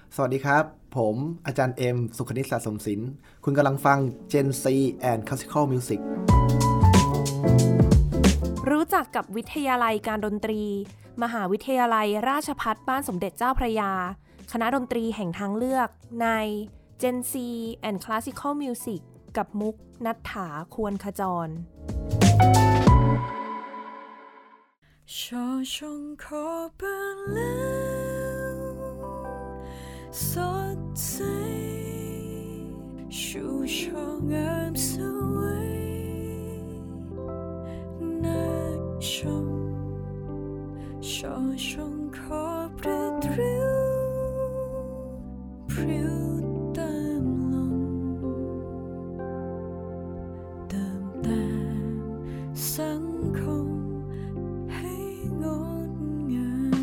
สวัสดีครับผมอาจารย์เอ็มสุขนิสสะสมศิลป์คุณกำลังฟัง Gen C and Classical Music รู้จักกับวิทยาลัยการดนตรีมหาวิทยาลัยราชภัฏบ้านสมเด็จเจ้าพระยาคณะดนตรีแห่งทางเลือกใน Gen C and Classical Music กับมุกณัฐฐาควรขจรชอชงขอเปิดแล้วสดใสชูช่องามสวยน่าชมชอชงขอปลิดริ้วพริ้วตามลมเติมตามสังคมให้งดงาม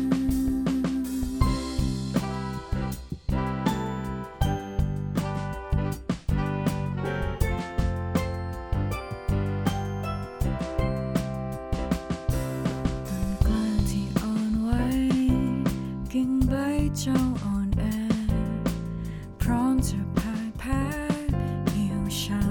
ต้นกล้าที่อ่อนไหวกิ่งใบเจ้าอ่อนแอพร้อมจะพ่ายแพ้เหี่ยวเฉา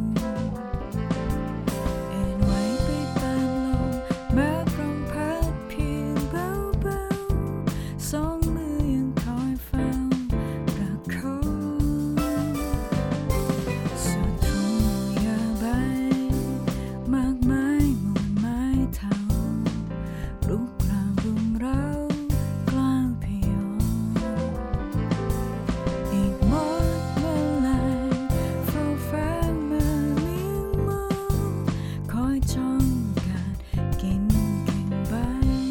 เอ็นไว้ไปตามลมแม้พรำพัดเพียงเบาๆสองมือยังคอยเฝ้าประคองสุดทุ่งหญ้าใบมากมายหมู่ไม้เถาลุกรามรุมเร้ากล้าวพยองอีกหมดแมลงเฝ้าแฝงมาเลี้ยงมองคอยจ้องการกินกิ่งใบ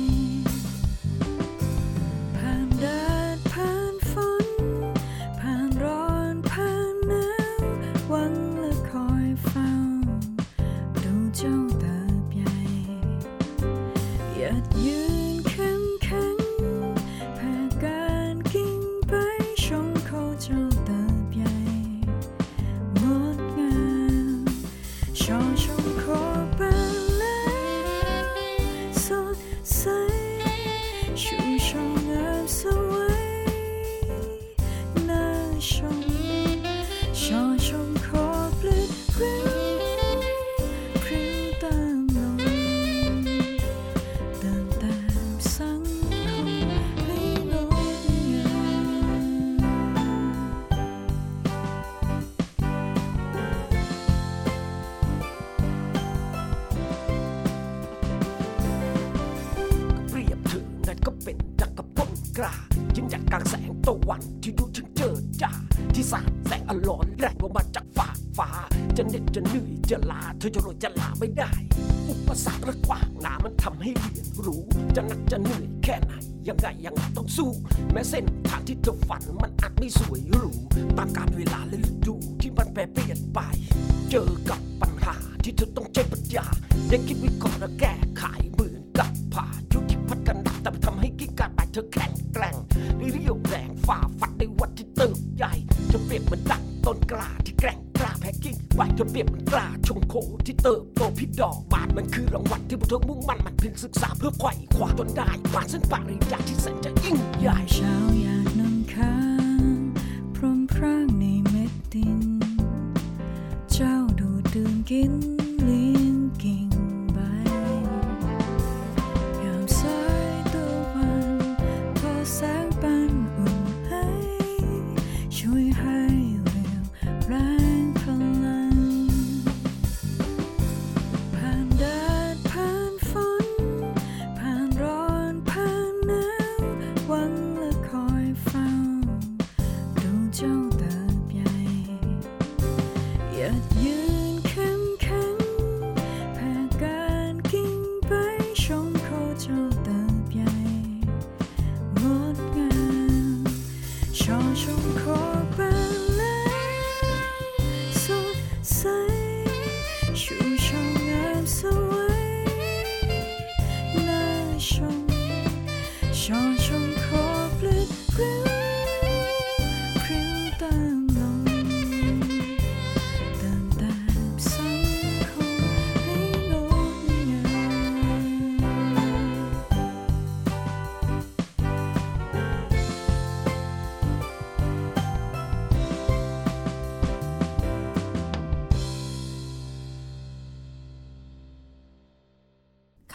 ผ่านแดดผ่านฝนผ่านร้อนผ่านหนาวหวังและคอยเฝ้าดูเจ้าเติบใหญ่หยัดยืนเข้มแข็งแผ่การกิ่งใบชมเขาเจ้าเติบใหญ่งดงามชอชมขอเปิดแล้วสดใสชูช่องงามสวยน่าชมชอชมขอปลิดริ้วพริ้วตามลมเติมตามสังคมให้งดงามเปรียบเธอนั่นก็เป็นจักรพรรดิกล้ายิ้มจากกลางแสงตะวันที่ดูถึงเจิดจ้าที่สาดแสงอลรแรงลงมาจากฟ้าจะเหน็ดจะเหนื่อยจะลาเธอจะรวยจะลาไม่ได้อุปสรรคและขวางหน้ามันทำให้เรียนรู้จะหนักจะเหนื่อยแค่ไหนยังไงต้องสู้แม้เส้นทางที่เธอฝันมันอาจไม่สวยหรูตามกาลเวลาและฤดูที่มันแปรเปลี่ยนไปเจอกับปัญหาที่เธอต้องใช้ปัญญาได้คิดวิเคราะห์และแก้ไขเหมือนกับผ่ายุคที่พัดกันดักแต่ทำให้กิ่งก้านใบเธอแข็งแกร่งได้เรี่ยวแรงฝ่าฟันในวันที่เติบใหญ่เธอเปรียบเหมือนดังต้นกล้าที่แกร่งกล้าแพ้กิ่งใบเธอเปรียบเหมือนกล้าชงโคที่เติบโตพิดอกบานมันคือรางวัลที่พวกเธอมุ่งมั่นมันเพียงศึกษาเพื่อไขว่คว้าจนได้ผ่านเส้นปริญญาที่แสนจะยิ่งใหญ่เช้าอยากนำค้างพรมพร่างในเม็ดดินเจ้าดูดดื่มกินเลี้ยงกิ่งใบยามสายตะวันทอแสงปันอุ่นให้ช่วยให้เรียวแรงพลังผ่านแดดผ่านฝนผ่านร้อนผ่านหนาวหวังและคอยเฝ้าดูเจ้าเติบใหญ่หยัดยืนเข้มแข็งแผ่การกิ่งใบชมเขาเจ้าเติบใหญ่งดงามชอชมขอเปิดแล้วสดใสชูช่องงามสวยน่าชมชอชมขอปลิดริ้วพริ้วตามลมเติมตามสังคมให้งดงาม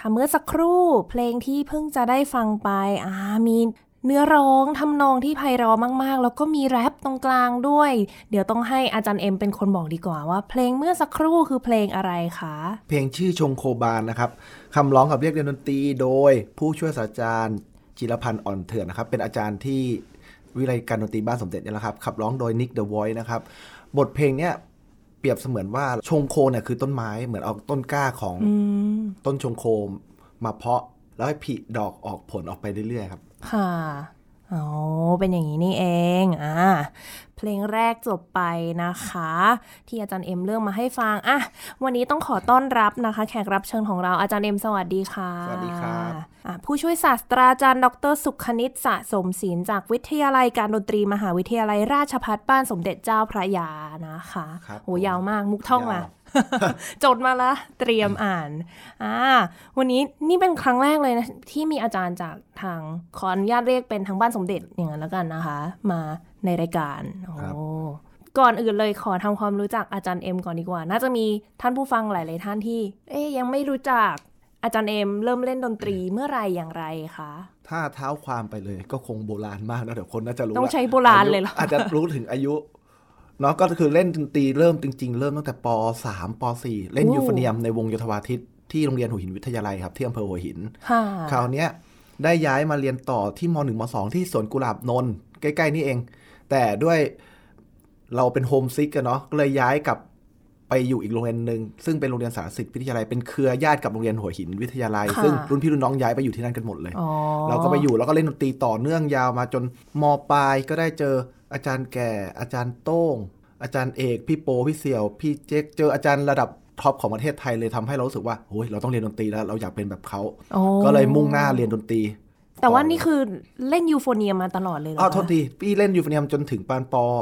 ค่ะเมื่อสักครู่เพลงที่เพิ่งจะได้ฟังไปมีเนื้อร้องทำนองที่ไพเราะมากๆแล้วก็มีแรปตรงกลางด้วยเดี๋ยวต้องให้อาจารย์เอ็มเป็นคนบอกดีกว่าว่าเพลงเมื่อสักครู่คือเพลงอะไรคะเพลงชื่อชงโคบานนะครับคำร้องกับเรียกเรียนดนตรีโดยผู้ช่วยศาสตราจารย์จิรพันธ์อ่อนเถื่อนนะครับเป็นอาจารย์ที่วิทยาลัยการดนตรีบ้านสมเด็จนี่แหละครับขับร้องโดยนิกเดอะวอยซ์นะครับบทเพลงเนี้ยเปรียบเสมือนว่าชงโคเนี่ยคือต้นไม้เหมือนเอาต้นกล้าของต้นชงโคมาเพาะแล้วให้ผลิดอกออกผลออกไปเรื่อยๆครับค่ะอ๋อเป็นอย่างนี้นี่เองเพลงแรกจบไปนะคะที่อาจารย์เอ็มเลือกมาให้ฟังวันนี้ต้องขอต้อนรับนะคะแขกรับเชิญของเราอาจารย์เอ็มสวัสดีค่ะสวัสดีครับผู้ช่วยศาสตราจารย์ดร.สุขณิตสะสมศิลป์จากวิทยาลัยการดนตรีมหาวิทยาลัยราชภัฏบ้านสมเด็จเจ้าพระยานะคะโหยาวมากมุกท่องมา จดมาละเตรียมอ่านวันนี้นี่เป็นครั้งแรกเลยนะที่มีอาจารย์จากทางขออนุญาตเรียกเป็นทางบ้านสมเด็จอย่างนั้นแล้วกันนะคะมาในรายการก่อนอื่นเลยขอทำความรู้จักอาจารย์เอ็มก่อนดีกว่าน่าจะมีท่านผู้ฟังหลายๆท่านที่ยังไม่รู้จักอาจารย์เอ็มเริ่มเล่นดนตรีเมื่อไรอย่างไรคะถ้าเท้าความไปเลยก็คงโบราณมากนะเดี๋ยวคนน่าจะรู้ต้องใช้โบราณเลยเหรออาจจะรู้ถึงอายุเนาะก็คือเล่นดนตรีเริ่มจริงๆเริ่มตั้งแต่ป.3 ป.4 เล่นยูโฟเนียมในวงโยธวาทิตที่โรงเรียนหัวหินวิทยาลัยครับที่อำเภอหัวหินคราวนี้ได้ย้ายมาเรียนต่อที่ม.1 ม.2 ที่สวนกุหลาบนนท์ใกล้ๆนี่เองแต่ด้วยเราเป็นโฮมซิกกันเนาะก็เลยย้ายกลับไปอยู่อีกโรงเรียนนึงซึ่งเป็นโรงเรียนสารสิทธิ์วิทยาลัยเป็นเครือญาติกับโรงเรียนหัวหินวิทยาลัยซึ่งรุ่นพี่รุ่นน้องย้ายไปอยู่ที่นั่นกันหมดเลยเราก็ไปอยู่แล้วก็เล่นดนตรีต่อเนื่องยาวมาจนม.ปลายก็ได้เจออาจารย์แก่อาจารย์โต้งอาจารย์เอกพี่โปพี่เสี่ยวพี่เจ๊กเจออาจารย์ระดับท็อปของประเทศไทยเลยทำให้เรารู้สึกว่าโอ้ยเราต้องเรียนดนตรีแล้วเราอยากเป็นแบบเขาก็เลยมุ่งหน้าเรียนดนตรีแต่ว่านี่คือเล่นยูโฟเนียมมาตลอดเลยเหรอโทษทีพี่เล่นยูโฟเนียมจนถึงป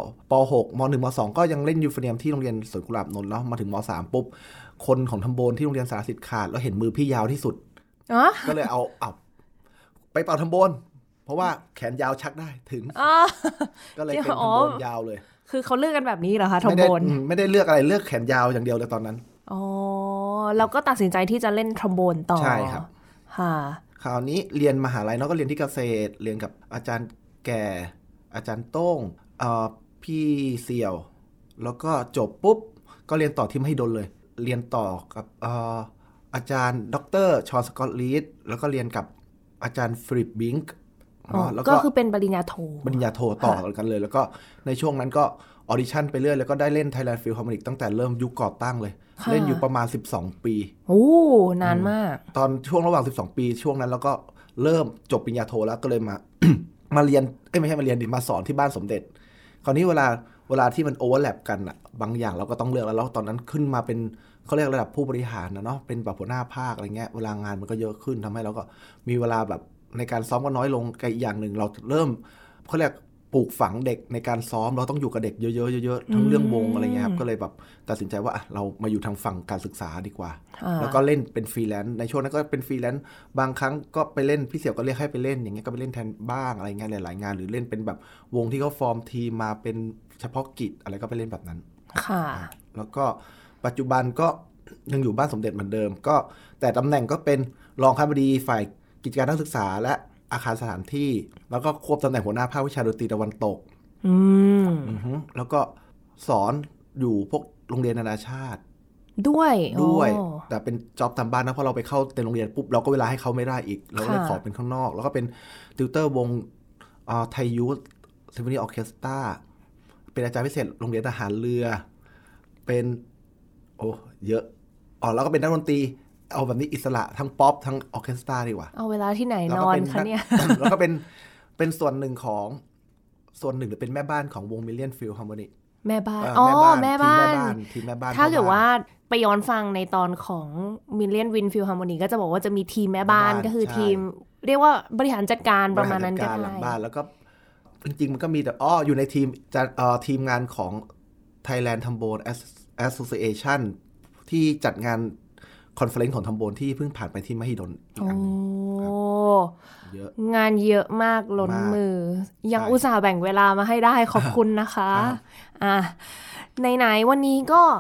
.6 ม.1 ม.2 ก็ยังเล่นยูโฟเนียมที่โรงเรียนสวนกุหลาบนนท์แล้วมาถึงม.3 ปุ๊บคนของทำโบนที่โรงเรียนสารสิทธิ์ขาดแล้วเห็นมือพี่ยาวที่สุดก็เลยเอาไปเป่าทำโบนเพราะว่าแขนยาวชักได้ถึงก็เลยเป็นทำโบนยาวเลยคือเขาเลือกกันแบบนี้เหรอคะทอมโบนไม่ได้เลือกอะไรเลือกแขนยาวอย่างเดียวเลยตอนนั้นเราก็ตัดสินใจที่จะเล่นทอมโบนต่อใช่ครับคราวนี้เรียนมหาลัยเนาะก็เรียนที่เกษตรเรียนกับอาจารย์แก่อาจารย์โต้งพี่เสี่ยวแล้วก็จบปุ๊บก็เรียนต่อที่มหิดลเลยเรียนต่อกับอาจารย์ดร.ชอนสกอตลีดแล้วก็เรียนกับอาจารย์ฟริปบิงค์แล้วก็คือเป็นปริญญาโทต่อกันเลยแล้วก็ในช่วงนั้นก็ออดิชั่นไปเรื่อยแล้วก็ได้เล่น Thailand Philharmonic ตั้งแต่เริ่มยุคก่อตั้งเลยเล่นอยู่ประมาณ12ปีนานมากตอนช่วงระหว่าง12ปีช่วงนั้นแล้วก็เริ่มจบปริญญาโทแล้วก็เลยมา มาเรียนไม่ใช่มาเรียนดิมาสอนที่บ้านสมเด็จคราวนี้เวลาที่มันโอเวอร์แลปกันอ่ะบางอย่างเราก็ต้องเลือกแล้วตอนนั้นขึ้นมาเป็นเขาเรียกระดับผู้บริหารนะเนาะเป็นแบบหัวหน้าภาคอะไรเงี้ยเวลางานมันก็เยอะขึ้นทำให้เราก็มีเวลาแบบในการซ้อมก็น้อยลงอีกอย่างหนึ่งเราเริ่มเขาเรียกปลูกฝังเด็กในการซ้อมเราต้องอยู่กับเด็กเยอะๆทั้งเรื่องวงอะไรเงี้ยครับก็เลยแบบตัดสินใจว่าเรามาอยู่ทางฝั่งการศึกษาดีกว่าแล้วก็เล่นเป็นฟรีแลนซ์ในช่วงนั้นก็เป็นฟรีแลนซ์บางครั้งก็ไปเล่นพี่เสี่ยวก็เรียกให้ไปเล่นอย่างเงี้ยก็ไปเล่นแทนบ้างอะไรเงี้ยหลายๆงานหรือเล่นเป็นแบบวงที่เขาฟอร์มทีมมาเป็นเฉพาะกิจอะไรก็ไปเล่นแบบนั้นค่ะแล้วก็ปัจจุบันก็ยังอยู่บ้านสมเด็จเหมือนเดิมก็แต่ตำแหน่งก็เป็นรองคณบดีฝ่ายกิจการนักศึกษาและอาคารสถานที่แล้วก็ควบตำแหน่งหัวหน้าภาควิชาดนตรีตะวันตกแล้วก็สอนอยู่พวกโรงเรียนนานาชาติด้วยแต่เป็นจ็อบทำบ้านนะเพราะเราไปเข้าในโรงเรียนปุ๊บเราก็เวลาให้เขาไม่ได้อีกเราเลยขอเป็นข้างนอกแล้วก็เป็นติวเตอร์วงไทยยูธซิมโฟนีออร์เคสตราเป็นอาจารย์พิเศษโรงเรียนทหารเรือเป็นเยอะแล้วก็เป็นนักดนตรีเอาแบบนี้อิสระทั้งป๊อปทั้งออร์เคสตราดีกว่าเอาเวลาที่ไหนนอนคะเนี่ยแล้วก็เป็นส่วนหนึ่งหรือเป็นแม่บ้านของวง Million Philharmonic แม่บ้านแม่บ้านทีมแม่บ้านถ้าเกิดว่าไปย้อนฟังในตอนของ Million Win Philharmonic ก็จะบอกว่าจะมีทีมแม่บ้านก็คือทีมเรียกว่าบริหารจัดการประมาณนั้นก็ได้หลังบ้านแล้วก็จริงๆมันก็มีแต่อยู่ในทีมงานของ Thailand Trombone Association ที่จัดงานคอนเฟอเรนซ์ของทำโบนที่เพิ่งผ่านไปที่มหิดลอีกอันนึงเยอะงานเยอะมากล้นมือยังอุตส่าห์แบ่งเวลามาให้ได้ขอบคุณนะคะไหนๆวันนี้ก็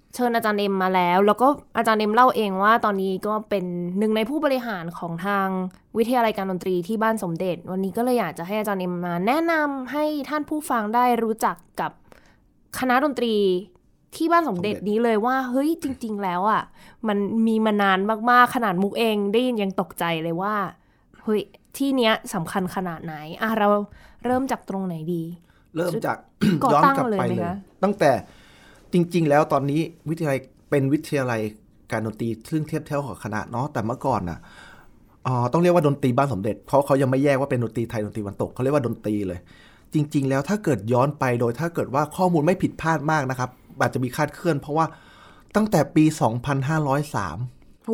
เชิญอาจารย์เอ็มมาแล้วก็อาจารย์เอ็มเล่าเองว่าตอนนี้ก็เป็นหนึ่งในผู้บริหารของทางวิทยาลัยการดนตรีที่บ้านสมเด็จวันนี้ก็เลยอยากจะให้อาจารย์เอ็มมาแนะนำให้ท่านผู้ฟังได้รู้จักกับคณะดนตรีที่บ้านสมเด็จนี้เลยว่าเฮ้ยจริงๆแล้วอ่ะมันมีมานานมากๆขนาดมุกเองได้ยินยังตกใจเลยว่าเฮ้ยที่เนี้ยสำคัญขนาดไหนเราเริ่มจากตรงไหนดีเริ่มจาก ย้อนกลับไปเลยตั้งแต่จริงๆแล้วตอนนี้วิทยาลัยเป็นวิทยาลัยการดนตรีซึ่งเทียบเท่ากับคณะเนาะแต่เมื่อก่อนน่ะต้องเรียกว่าดนตรีบ้านสมเด็จเพราะเขายังไม่แยกว่าเป็นดนตรีไทยดนตรีตะวันตกเขาเรียกว่าดนตรีเลยจริงๆแล้วถ้าเกิดย้อนไปโดยถ้าเกิดว่าข้อมูลไม่ผิดพลาดมากนะครับอาจจะมีคลาดเคลื่อนเพราะว่าตั้งแต่ปี 2503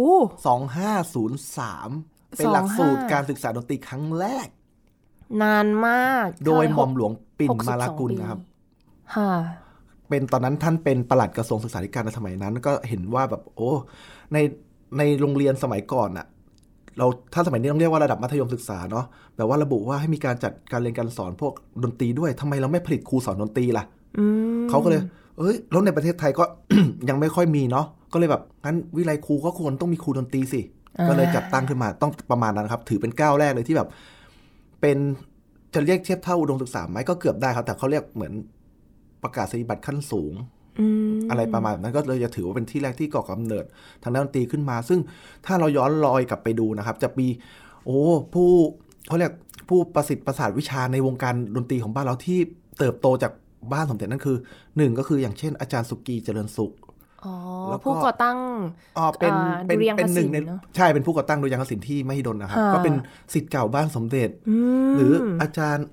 2503 เป็นหลักสูตรการศึกษาดนตรีครั้งแรกนานมากโดยหม่อมหลวงปิ่นมาลากุลนะครับเป็นตอนนั้นท่านเป็นปลัดกระทรวงศึกษาธิการในสมัยนั้นก็เห็นว่าแบบโอ้ในโรงเรียนสมัยก่อนน่ะเราถ้าสมัยนี้ต้องเรียกว่าระดับมัธยมศึกษาเนาะแบบว่าระบุว่าให้มีการจัดการเรียนการสอนพวกดนตรีด้วยทำไมเราไม่ผลิตครูสอนดนตรีล่ะเขาก็เลยแล้วในประเทศไทยก็ ยังไม่ค่อยมีเนาะก็เลยแบบงั้นวิทยาลัยครูก็ควรต้องมีครูดนตรีสิก็เลยจัดตั้งขึ้นมาต้องประมาณนั้นครับถือเป็นก้าวแรกเลยที่แบบเป็นจะเรียกเทียบเท่าอุดมศึกษาไหมก็เกือบได้ครับแต่เขาเรียกเหมือนประกาศนียบัตรขั้นสูงอะไรประมาณนั้นก็เลยจะถือว่าเป็นที่แรกที่ก่อกำเนิดทางด้านดนตรีขึ้นมาซึ่งถ้าเราย้อนรอยกลับไปดูนะครับจะมีผู้เขาเรียกผู้ประสิทธิ์ประสาทวิชาในวงการดนตรีของบ้านเราที่เติบโตจากบ้านสมเด็จนั่นคือ1ก็คืออย่างเช่นอาจารย์สุกีเจริญสุขแล้วผู้ก่อตั้งเป็นหนึ่งในใช่เป็นผู้ก่อตั้งดุริยางคศิลป์ที่มหิดลนะครับก็เป็นศิษย์เก่าบ้านสมเด็จหรืออาจารย์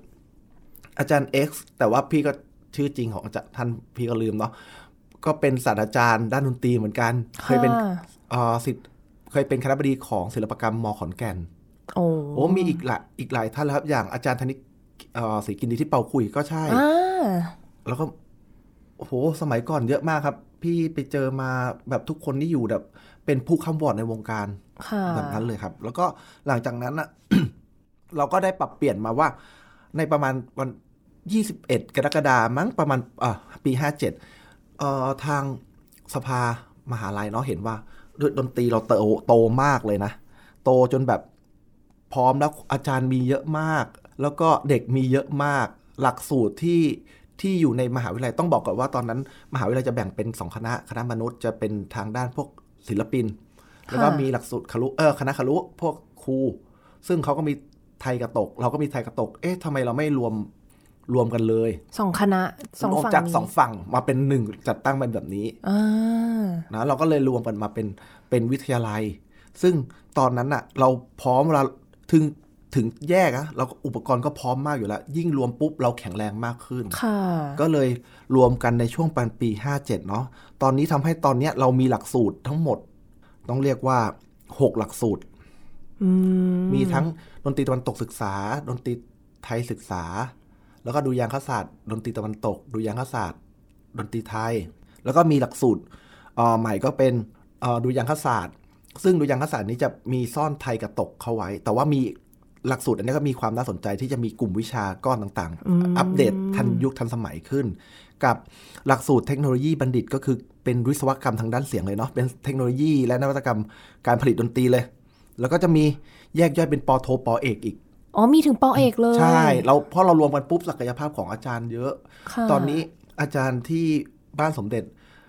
X แต่ว่าพี่ก็ชื่อจริงของอาจารย์ท่านพี่ก็ลืมเนาะก็เป็นศาสตราจารย์ด้านดนตรีเหมือนกันเคยเป็นศิษย์เคยเป็นคณบดีของศิลปกรรมม.ขอนแก่นมีอีกหลายท่านแล้วครับอย่างอาจารย์ธนิกศรีกินดีที่เป่าขุยก็ใช่แล้วก็โอ้โหสมัยก่อนเยอะมากครับพี่ไปเจอมาแบบทุกคนที่อยู่แบบเป็นผู้ค้ำวอร์ดในวงการแบบนั้นเลยครับแล้วก็หลังจากนั้นนะ เราก็ได้ปรับเปลี่ยนมาว่าในประมาณวัน21 กรกฎาคมมั้งประมาณปี57ทางสภามหาลัยเนาะเห็นว่าดนตรีเราโตมากเลยนะโตจนแบบพร้อมแล้วอาจารย์มีเยอะมากแล้วก็เด็กมีเยอะมากหลักสูตรที่อยู่ในมหาวิทยาลัยต้องบอกก่อนว่าตอนนั้นมหาวิทยาลัยจะแบ่งเป็น2คณะมนุษย์จะเป็นทางด้านพวกศิลปินแล้วก็มีหลักสูตรครุคณะครุพวกครูซึ่งเขาก็มีไทยกับตกเราก็มีไทยกับตกทำไมเราไม่รวมกันเลย 2คณะ2ฝั่งจาก2ฝั่งมาเป็น1จัดตั้งเป็นแบบนี้นะเราก็เลยรวมกันมาเป็นวิทยาลัยซึ่งตอนนั้นน่ะเราพร้อมเราถึงแยกนะเราอุปกรณ์ก็พร้อมมากอยู่แล้วยิ่งรวมปุ๊บเราแข็งแรงมากขึ้นก็เลยรวมกันในช่วงปี57เนาะตอนนี้ทำให้ตอนนี้เรามีหลักสูตรทั้งหมดต้องเรียกว่า6หลักสูตรมีทั้งดนตรีตะวันตกศึกษาดนตรีไทยศึกษาแล้วก็ดุริยางคศาสตร์ดนตรีตะวันตกดุริยางคศาสตร์ดนตรีไทยแล้วก็มีหลักสูตรใหม่ก็เป็นดุริยางคศาสตร์ซึ่งดุริยางคศาสตร์นี้จะมีซ่อนไทยกับตกเข้าไว้แต่ว่ามีหลักสูตรอันนี้ก็มีความน่าสนใจที่จะมีกลุ่มวิชาก้อนต่างๆอัปเดตทันยุคทันสมัยขึ้นกับหลักสูตรเทคโนโลยีบัณฑิตก็คือเป็นวิศวกรรมทางด้านเสียงเลยเนาะเป็นเทคโนโลยีและนวัตกรรมการผลิตดนตรีเลยแล้วก็จะมีแยกย่อยเป็นป.โทป.เอกอีกมีถึงป.เอกเลยใช่เพราะเรารวมกันปุ๊บศักยภาพของอาจารย์เยอะตอนนี้อาจารย์ที่บ้านสมเด็จ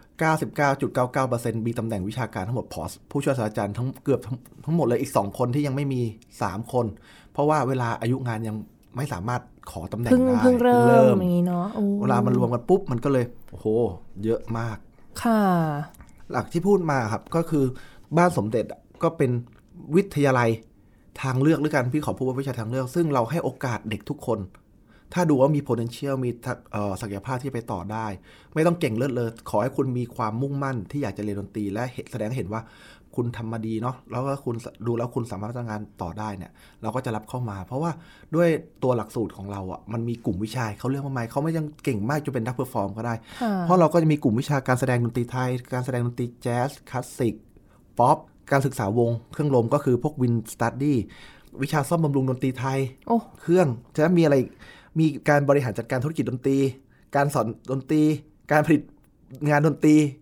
99.99% มีตำแหน่งวิชาการทั้งหมดผู้ช่วยศาสตราจารย์เกือบทั้งหมดเลยอีก2คนที่ยังไม่มี3คนเพราะว่าเวลาอายุงานยังไม่สามารถขอตำแหน่งได้เพิ่งเริ่มอย่างนี้เนาะเวลามันรวมกันปุ๊บมันก็เลยโอ้โหเยอะมากค่ะหลักที่พูดมาครับก็คือบ้านสมเด็จก็เป็นวิทยาลัยทางเลือกด้วยกันพี่ขอพูดว่าวิชาทางเลือกซึ่งเราให้โอกาสเด็กทุกคนถ้าดูว่ามี potential มีศักยภาพที่ไปต่อได้ไม่ต้องเก่งเลิศเลยขอให้คุณมีความมุ่งมั่นที่อยากจะเรียนดนตรีและแสดงให้เห็นว่าคุณทำมาดีเนาะแล้วก็คุณดูแล้วคุณสามารถทำงานต่อได้เนี่ยเราก็จะรับเข้ามาเพราะว่าด้วยตัวหลักสูตรของเราอ่ะมันมีกลุ่มวิชาเขาเรียกว่าไม่เขาไม่ยังเก่งมากจนเป็นนักเพอร์ฟอร์มก็ได้เพราะเราก็จะมีกลุ่มวิชาการแสดงดนตรีไทยการแสดงดนตรีแจ๊สคลาสสิกป๊อปการศึกษาวงเครื่องลมก็คือพวกวินสตัดดี้วิชาซ่อมบำรุงดนตรีไทยเครื่องจะมีอะไรมีการบริหารจัดการธุรกิจดนตรีการสอนดนตรีการผลิตงานดนตรี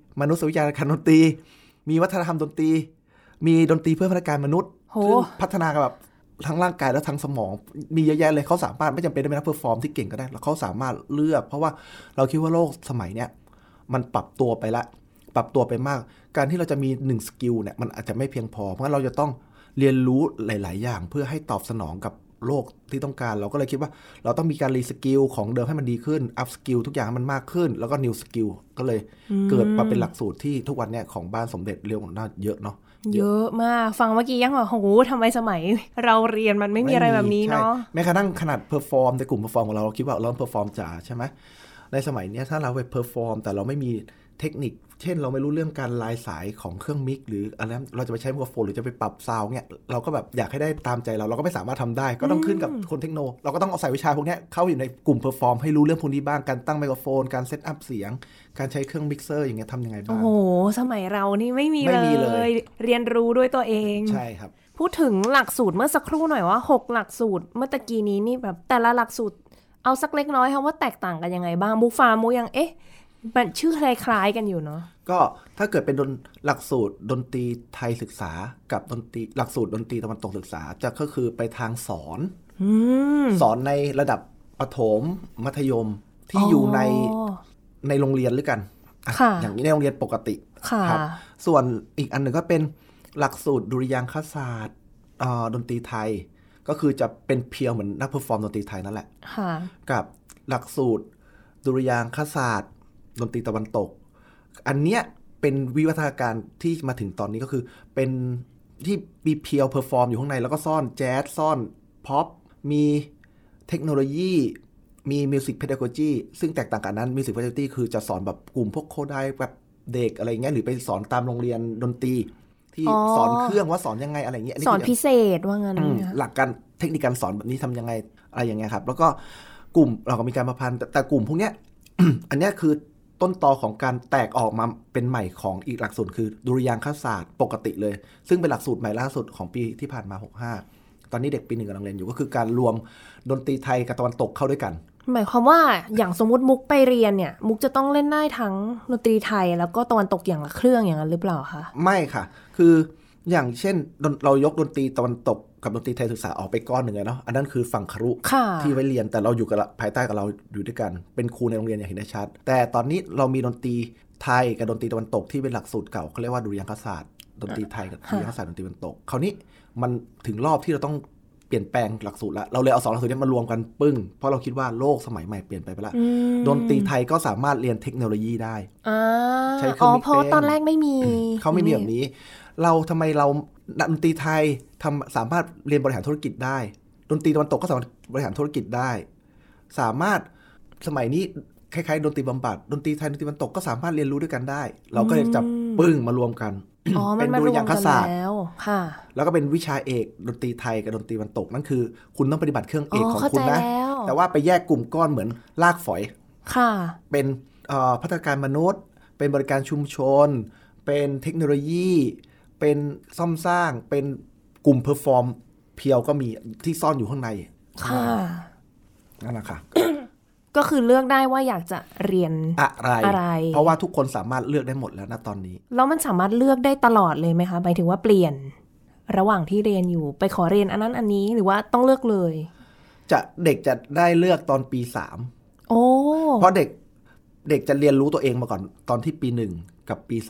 มนุษยวิทยาการดนตรีมีวัฒนธรรมดนตรีมีดนตรีเพื่อพัฒนาการมนุษย์ซึ่งพัฒนาแบบทั้งร่างกายและทั้งสมองมีเยอะแยะเลยเขาสามารถไม่จำเป็นต้องเป็นนักเพอร์ฟอร์มที่เก่งก็ได้แล้วเขาสามารถเลือกเพราะว่าเราคิดว่าโลกสมัยเนี้ยมันปรับตัวไปละปรับตัวไปมากการที่เราจะมี1สกิลเนี่ยมันอาจจะไม่เพียงพอเพราะฉะนั้นเราจะต้องเรียนรู้หลายๆอย่างเพื่อให้ตอบสนองกับโลกที่ต้องการเราก็เลยคิดว่าเราต้องมีการรีสกิลของเดิมให้มันดีขึ้นอัพสกิลทุกอย่างให้มันมากขึ้นแล้วก็นิวสกิลก็เลยเกิดมาเป็นหลักสูตรที่ทุกวันเนี่ยของบ้านสมเด็จเรียกว่าเยอะเนาะเยอะมากฟังเมื่อกี้ยังแบบโหทำไมสมัยเราเรียนมันไม่มีอะไรแบบนี้เนาะแม้กระทั่งขนาดเพอร์ฟอร์มในกลุ่มเพอร์ฟอร์มของเราคิดว่าเราเพอร์ฟอร์มจ๋าใช่ไหมในสมัยนี้ถ้าเราไปเพอร์ฟอร์มแต่เราไม่มีเทคนิคเช่นเราไม่รู้เรื่องการลายสายของเครื่องมิกหรืออะไรเราจะไปใช้ไมโครโฟนหรือจะไปปรับซาวด์เนี่ยเราก็แบบอยากให้ได้ตามใจเราก็ไม่สามารถทำได้ก็ต้องขึ้นกับคนเทคโนเราก็ต้องเอาใส่วิชาพวกนี้เข้าอยู่ในกลุ่มเพอร์ฟอร์มให้รู้เรื่องพวกนี้บ้างการตั้งไมโครโฟนการเซตอัพเสียงการใช้เครื่องมิกเซอร์อย่างเงี้ยทำยังไงบ้างโอ้โหสมัยเรานี่ไม่มีเลยเรียนรู้ด้วยตัวเองใช่ครับพูดถึงหลักสูตรเมื่อสักครู่หน่อยว่า6หลักสูตรเมื่อตะกี้นี้นี่แบบแต่ละหลักสูตรเอาสักเล็กน้อยค่ะว่าแตกต่างกันยังไงบ้างมุกฟามุกยังมันชื่อคล้ายๆกันอยู่เนาะก็ถ้าเกิดเป็นหลักสูตรดนตรีไทยศึกษากับหลักสูตรดนตรีตะวันตกศึกษาจะก็คือไปทางสอนในระดับประถมมัธยมที่อยู่ในโรงเรียนหรือกันอย่างนี้ในโรงเรียนปกติครับส่วนอีกอันหนึ่งก็เป็นหลักสูตรดุริยางคศาสตร์ดนตรีไทยก็คือจะเป็นเพียวเหมือนนักเพอร์ฟอร์มดนตรีไทยนั่นแหละกับหลักสูตรดุริยางคศาสตร์ดนตรีตะวันตกอันเนี้ยเป็นวิวัฒนาการที่มาถึงตอนนี้ก็คือเป็นที่มีเพียวเพอร์ฟอร์มอยู่ข้างในแล้วก็ซ่อนแจ๊สซ่อนพ็อปมีเทคโนโลยีมีมิวสิกเพดาโกจีซึ่งแตกต่างกันนั้นมิวสิกเพดาโกจีคือจะสอนแบบกลุ่มพวกโคไดแบบเด็กอะไรเงี้ยหรือไปสอนตามโรงเรียนดนตรีที่สอนเครื่องว่าสอนยังไงอะไรเงี้ยสอนพิเศษว่างั้นหลักการเทคนิคการสอนแบบนี้ทำยังไงอะไรอย่างเงี้ยครับแล้วก็กลุ่มเราก็มีการประพันธ์แต่กลุ่มพวกเนี้ย อันเนี้ยคือต้นตอของการแตกออกมาเป็นใหม่ของอีกหลักสูตรคือดุริยางคศาสตร์ปกติเลยซึ่งเป็นหลักสูตรใหม่ล่าสุดของปีที่ผ่านมา65ตอนนี้เด็กปี1กำลังเรียนอยู่ก็คือการรวมดนตรีไทยกับตะวันตกเข้าด้วยกันหมายความว่าอย่างสมมุติมุกไปเรียนเนี่ยมุกจะต้องเล่นได้ทั้งดนตรีไทยแล้วก็ตะวันตกอย่างละเครื่องอย่างนั้นหรือเปล่าคะไม่ค่ะคืออย่างเช่นเรายกดนตรีตะวันตกกับดนตรีไทยศึกษาออกไปก้อนหนึ่งเลยเนาะอันนั้นคือฝั่งครุที่ไว้เรียนแต่เราอยู่กับภายใต้กับเราอยู่ด้วยกันเป็นครูในโรงเรียนอย่างเห็นได้ชัดแต่ตอนนี้เรามีดนตรีไทยกับดนตรีตะวันตกที่เป็นหลักสูตรเก่าเขาเรียกว่าดุริยางคศาสตร์ดนตรีไทยกับดุริยางคศาสตร์ดนตรีตะวันตกคราวนี้มันถึงรอบที่เราต้องเปลี่ยนแปลงหลักสูตรแล้วเราเลยเอา2หลักสูตรนี้มารวมกันปึ้งเพราะเราคิดว่าโลกสมัยใหม่เปลี่ยนไปแล้วดนตรีไทยก็สามารถเรียนเทคโนโลยีได้ใช้เครื่องมิกซ์เพราะตอนแรกไม่มีเขาไม่มีแบบนี้เราทำไมเราดนตรีไทยสามารถเรียนบริหารธุรกิจได้ดนตรีตะวันตกก็สามารถบริหารธุรกิจได้สามารถสมัยนี้คล้ายๆดนตรีบำบัดดนตรีไทยดนตรีตะวันตกก็สามารถเรียนรู้ด้วยกันได้เราก็เลยจับปึ้งมารวมกันเป็นดุริยางคศาสตร์แล้วก็เป็นวิชาเอกดนตรีไทยกับดนตรีตะวันตกนั่นคือคุณต้องปฏิบัติเครื่องเอกของคุณนะแต่ว่าไปแยกกลุ่มก้อนเหมือนรากฝอยเป็นพัฒนาการมนุษย์เป็นบริการชุมชนเป็นเทคโนโลยีเป็นซ่อมสร้างเป็นกลุ่มเพอร์ฟอร์มเพียวก็มีที่ซ่อนอยู่ข้างในนั่นแหละค่ะก็คือเลือกได้ว่าอยากจะเรียนอะไรเพราะว่าทุกคนสามารถเลือกได้หมดแล้วนะตอนนี้แล้วมันสามารถเลือกได้ตลอดเลยไหมคะหมายถึงว่าเปลี่ยนระหว่างที่เรียนอยู่ไปขอเรียนอันนั้นอันนี้หรือว่าต้องเลือกเลยเด็กจะได้เลือกตอนปี3เพราะเด็กจะเรียนรู้ตัวเองมาก่อนตอนที่ปี1กับปี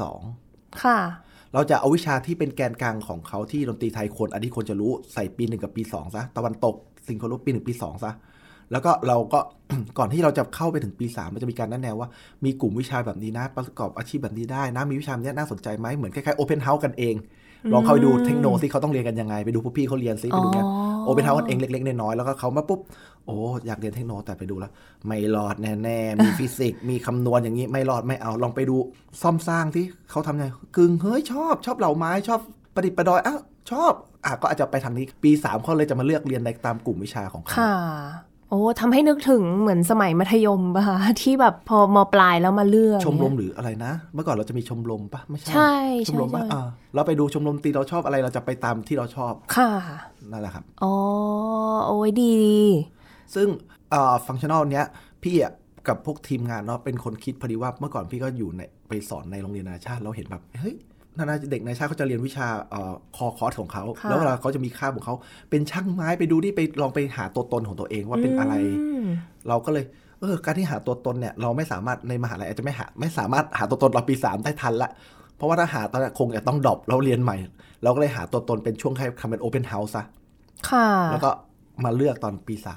2ค่ะเราจะเอาวิชาที่เป็นแกนกลางของเขาที่ดนตรีไทยอันที่คนจะรู้ใส่ปี1กับปี2ซะตะวันตกสิ่งคนรู้ปี1ปี2ซะแล้วก็เราก็ ก่อนที่เราจะเข้าไปถึงปี3มันจะมีการแนะแนวว่ามีกลุ่มวิชาแบบนี้นะประกอบอาชีพแบบนี้ได้นะมีวิชาเนี้ยน่าสนใจไหมเหมือนคล้ายๆโอเพนเฮาส์กันเองลองเข้าไปดูเทคโนที่เขาต้องเรียนกันยังไงไปดูพวกพี่เขาเรียนซิไปดูเนี่ยโอเพนเฮาส์กันเองเล็กๆน้อยๆแล้วก็เขามาปุ๊บโอ้อยากเรียนเทคโนแต่ไปดูแล้วไม่รอดแน่ๆมีฟิสิกส์มีคำนวณอย่างนี้ไม่รอดไม่เอาลองไปดูซ่อมสร้างที่เขาทำไงกึ่งเฮ้ยชอบเหล่าไม้ชอบประดิษฐ์ประดอยชอบก็อาจจะไปทางนี้ปี3เขาเลยจะมาเลือกเรียนในตามกลุ่มวิชาของเขาโอ้ทำให้นึกถึงเหมือนสมัยมัธยมป่ะที่แบบพอม.ปลายแล้วมาเลือกชมรมหรืออะไรนะเมื่อก่อนเราจะมีชมรมป่ะไม่ใช่ชมรมป่ะเราไปดูชมรมตีเราชอบอะไรเราจะไปตามที่เราชอบค่ะนั่นแหละครับโอ้ยดีซึ่งฟังก์ชันนอลเนี้ยพี่กับพวกทีมงานเนาะเป็นคนคิดพอดีว่าเมื่อก่อนพี่ก็อยู่ในไปสอนในโรงเรียนนานาชาติเราเห็นแบบเฮ้ยเด็กนานาชาติเขาจะเรียนวิชาคอร์สของเขาแล้วเวลาเขาจะมีคาบของเขาเป็นช่างไม้ไปดูที่ไปลองไปหาตัวตนของตัวเองว่าเป็นอะไรเราก็เลยการที่หาตัวตนเนี่ยเราไม่สามารถในมหาลัยอาจจะไม่สามารถหาตัวตนเราปี3ได้ทันละเพราะว่าถ้าหาตอนนั้นคงจะต้องดรอปแล้วเรียนใหม่เราก็เลยหาตัวตนเป็นช่วงให้ทำเป็นโอเพนเฮาส์ซะค่ะแล้วก็มาเลือกตอนปี3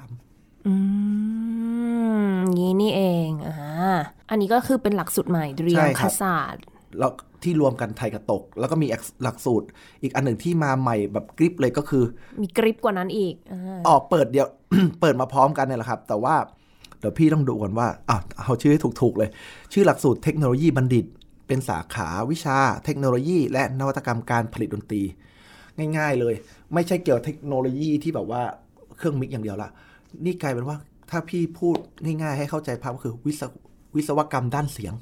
งี้นี่เองอันนี้ก็คือเป็นหลักสูตรใหม่เรียนคศาสตร์แล้วที่รวมกันไทยกับตกแล้วก็มีหลักสูตรอีกอันหนึ่งที่มาใหม่แบบกริปเลยก็คือมีกริปกว่านั้นอีกเปิดเดียว เปิดมาพร้อมกันเนี่ยแหละครับแต่ว่าเดี๋ยวพี่ต้องดูก่อนว่าเอาชื่อให้ถูกๆเลยชื่อหลักสูตรเทคโนโลยีบัณฑิตเป็นสาขาวิชาเทคโนโลยีและนวัตกรรมการผลิตดนตรีง่ายๆเลยไม่ใช่เกี่ยวกับเทคโนโลยีที่แบบว่าเครื่องมิกอย่างเดียวละนี่กลายเป็นว่าถ้าพี่พูดง่ายๆให้เข้าใจภาพก็คือวิศวกรรมด้านเสียง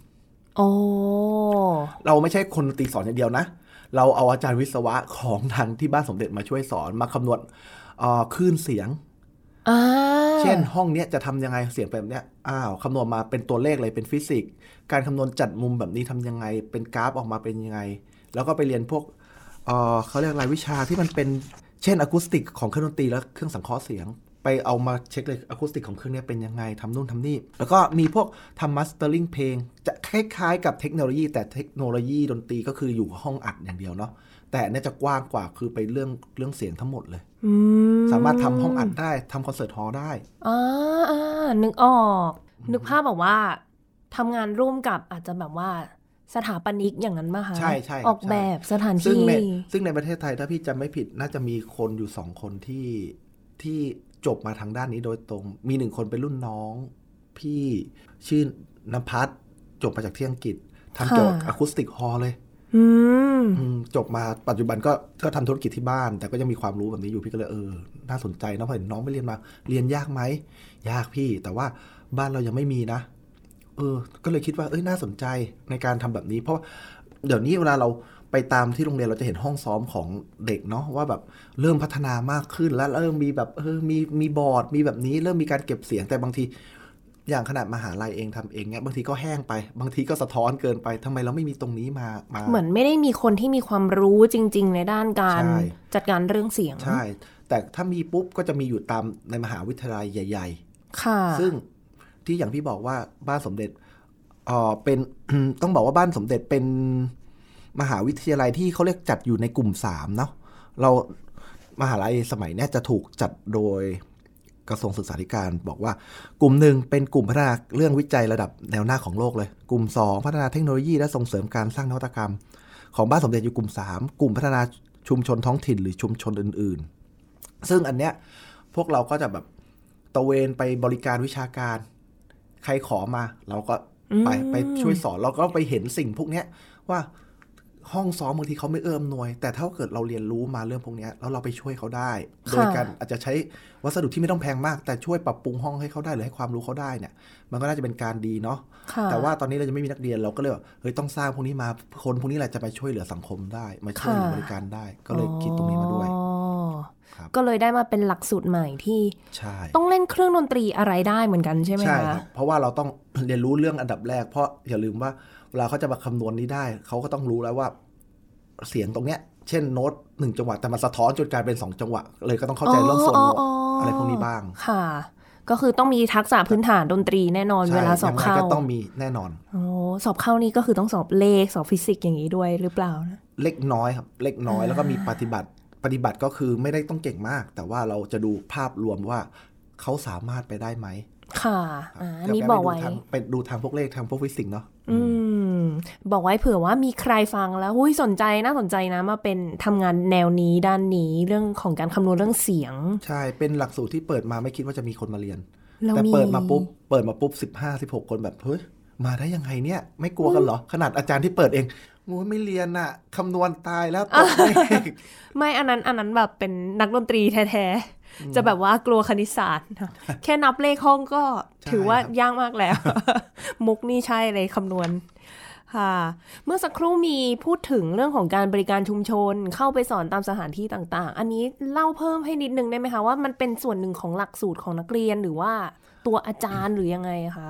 เราไม่ใช่คนดนตรีสอนอย่างเดียวนะเราเอาอาจารย์วิศวะของทางที่บ้านสมเด็จมาช่วยสอนมาคำนวณคลื่นเสียงเช่นห้องเนี้ยจะทำยังไงเสียงแบบเนี้ยคำนวณมาเป็นตัวเลขเลยเป็นฟิสิกส์การคำนวณจัดมุมแบบนี้ทำยังไงเป็นกราฟออกมาเป็นยังไงแล้วก็ไปเรียนพวกเขาเรียกอะไรวิชาที่มันเป็นเช่นอะคูสติกของเครื่องดนตรีและเครื่องสังเคราะห์เสียงไปเอามาเช็คเลยอะคูสติกของเครื่องนี้เป็นยังไงทำนู่นทำนี่แล้วก็มีพวกทำมาสเตอร์ลิงเพลงจะคล้ายๆกับเทคโนโลยีแต่เทคโนโลยีดนตรีก็คืออยู่ห้องอัดอย่างเดียวเนาะแต่เนี่ยจะกว้างกว่าคือไปเรื่องเสียงทั้งหมดเลยสามารถทำห้องอัดได้ทำคอนเสิร์ตฮอลล์ได้นึกออกนึกภาพแบบว่าทำงานร่วมกับอาจจะแบบว่าสถาปนิกอย่างนั้นป่ะคะใช่ออกแบบสถานที่ซึ่งในประเทศไทยถ้าพี่จำไม่ผิดน่าจะมีคนอยู่2คนที่จบมาทางด้านนี้โดยตรงมี1คนเป็นรุ่นน้องพี่ชื่อณภัทรจบมาจากที่อังกฤษทำเกี่ยวกับอะคูสติกฮอลล์เลยจบมาปัจจุบันก็ทำธุรกิจที่บ้านแต่ก็ยังมีความรู้แบบนี้อยู่พี่ก็เลยน่าสนใจนะเพราะเห็นน้องไปเรียนมาเรียนยากไหมยากพี่แต่ว่าบ้านเรายังไม่มีนะก็เลยคิดว่าน่าสนใจในการทำแบบนี้เพราะเดี๋ยวนี้เวลาเราไปตามที่โรงเรียนเราจะเห็นห้องซ้อมของเด็กเนาะว่าแบบเริ่มพัฒนามากขึ้นแล้วเริ่มมีแบบมีบอร์ดมีแบบนี้เริ่มมีการเก็บเสียงแต่บางทีอย่างขนาดมหาลัยเองทำเองเนี่ยบางทีก็แห้งไปบางทีก็สะท้อนเกินไปทำไมเราไม่มีตรงนี้มาเหมือนไม่ได้มีคนที่มีความรู้จริงๆในด้านการจัดการเรื่องเสียงใช่แต่ถ้ามีปุ๊บก็จะมีอยู่ตามในมหาวิทยาลัยใหญ่ๆค่ะซึ่งที่อย่างพี่บอกว่าบ้านสมเด็จเป็น ต้องบอกว่าบ้านสมเด็จเป็นมหาวิทยาลัยที่เขาเรียกจัดอยู่ในกลุ่ม3เนาะเรามหาลัยสมัยนี้จะถูกจัดโดยกระทรวงศึกษาธิการบอกว่ากลุ่ม1เป็นกลุ่มพัฒนาเรื่องวิจัยระดับแนวหน้าของโลกเลยกลุ่ม2พัฒนาเทคโนโลยีและส่งเสริมการสร้างนวัตกรรมของบ้านสมเด็จอยู่กลุ่ม3กลุ่มพัฒนาชุมชนท้องถิ่นหรือชุมชนอื่นๆซึ่งอันเนี้ยพวกเราก็จะแบบตะเวนไปบริการวิชาการใครขอมาเราก็ไปช่วยสอนเราก็ไปเห็นสิ่งพวกนี้ว่าห้องซ้อมบางทีเขาไม่เอื้ออำนวยแต่ถ้าเกิดเราเรียนรู้มาเรื่องพวกนี้แล้วเราไปช่วยเขาได้โดยการอาจจะใช้วัสดุที่ไม่ต้องแพงมากแต่ช่วยปรับปรุงห้องให้เขาได้หรือให้ความรู้เขาได้เนี่ยมันก็น่าจะเป็นการดีเนาะแต่ว่าตอนนี้เราจะไม่มีนักเรียนเราก็เลยแบบต้องสร้างพวกนี้มาคนพวกนี้แหละจะไปช่วยเหลือสังคมได้มาช่วยบริการได้ก็เลยคิดตรงนี้มาด้วยก็เลยได้มาเป็นหลักสูตรใหม่ที่ต้องเล่นเครื่องดนตรีอะไรได้เหมือนกันใช่ไหมคะใช่ครับเพราะว่าเราต้องเรียนรู้เรื่องอันดับแรกเพราะอย่าลืมว่าเวลาเขาจะมาคำนวณนี้ได้เขาก็ต้องรู้แล้วว่าเสียงตรงเนี้ยเช่นโน้ต1จังหวะแต่มันสะท้อนจนกลายเป็น2จังหวะเลยก็ต้องเข้าใจเรื่องส่วนโน้ตอะไรพวกนี้บ้างค่ะก็คือต้องมีทักษะพื้นฐานดนตรีแน่นอนเวลาสอบเข้าก็ต้องมีแน่นอนสอบเข้านี่ก็คือต้องสอบเลขสอบฟิสิกส์อย่างนี้ด้วยหรือเปล่านะเล็กน้อยครับเล็กน้อยแล้วก็มีปฏิบัติก็คือไม่ได้ต้องเก่งมากแต่ว่าเราจะดูภาพรวมว่าเขาสามารถไปได้ไหมค่ะอันนี้บอกไว้ไปดูทางพวกเลขทางพวกฟิสิกส์เนาะบอกไว้เผื่อว่ามีใครฟังแล้วสนใจน่าสนใจนะมาเป็นทำงานแนวนี้ด้านนี้เรื่องของการคำนวณเรื่องเสียงใช่เป็นหลักสูตรที่เปิดมาไม่คิดว่าจะมีคนมาเรียนแต่เปิดมาปุ๊บ15-16คนแบบเฮ้ยมาได้ยังไงเนี่ยไม่กลัวกันเหรอขนาดอาจารย์ที่เปิดเองไม่เรียนน่ะคำนวณตายแล้วตกไม่อันนั้นแบบเป็นนักดนตรีแท้ๆจะแบบว่ากลัวคณิตศาสตร์แค่นับเลขห้องก็ถือว่ายากมากแล้วมุกนี่ใช่เลยคำนวณค่ะเมื่อสักครู่มีพูดถึงเรื่องของการบริการชุมชนเข้าไปสอนตามสถานที่ต่างๆอันนี้เล่าเพิ่มให้นิดนึงได้ไหมคะว่ามันเป็นส่วนหนึ่งของหลักสูตรของนักเรียนหรือว่าตัวอาจารย์หรือยังไงคะ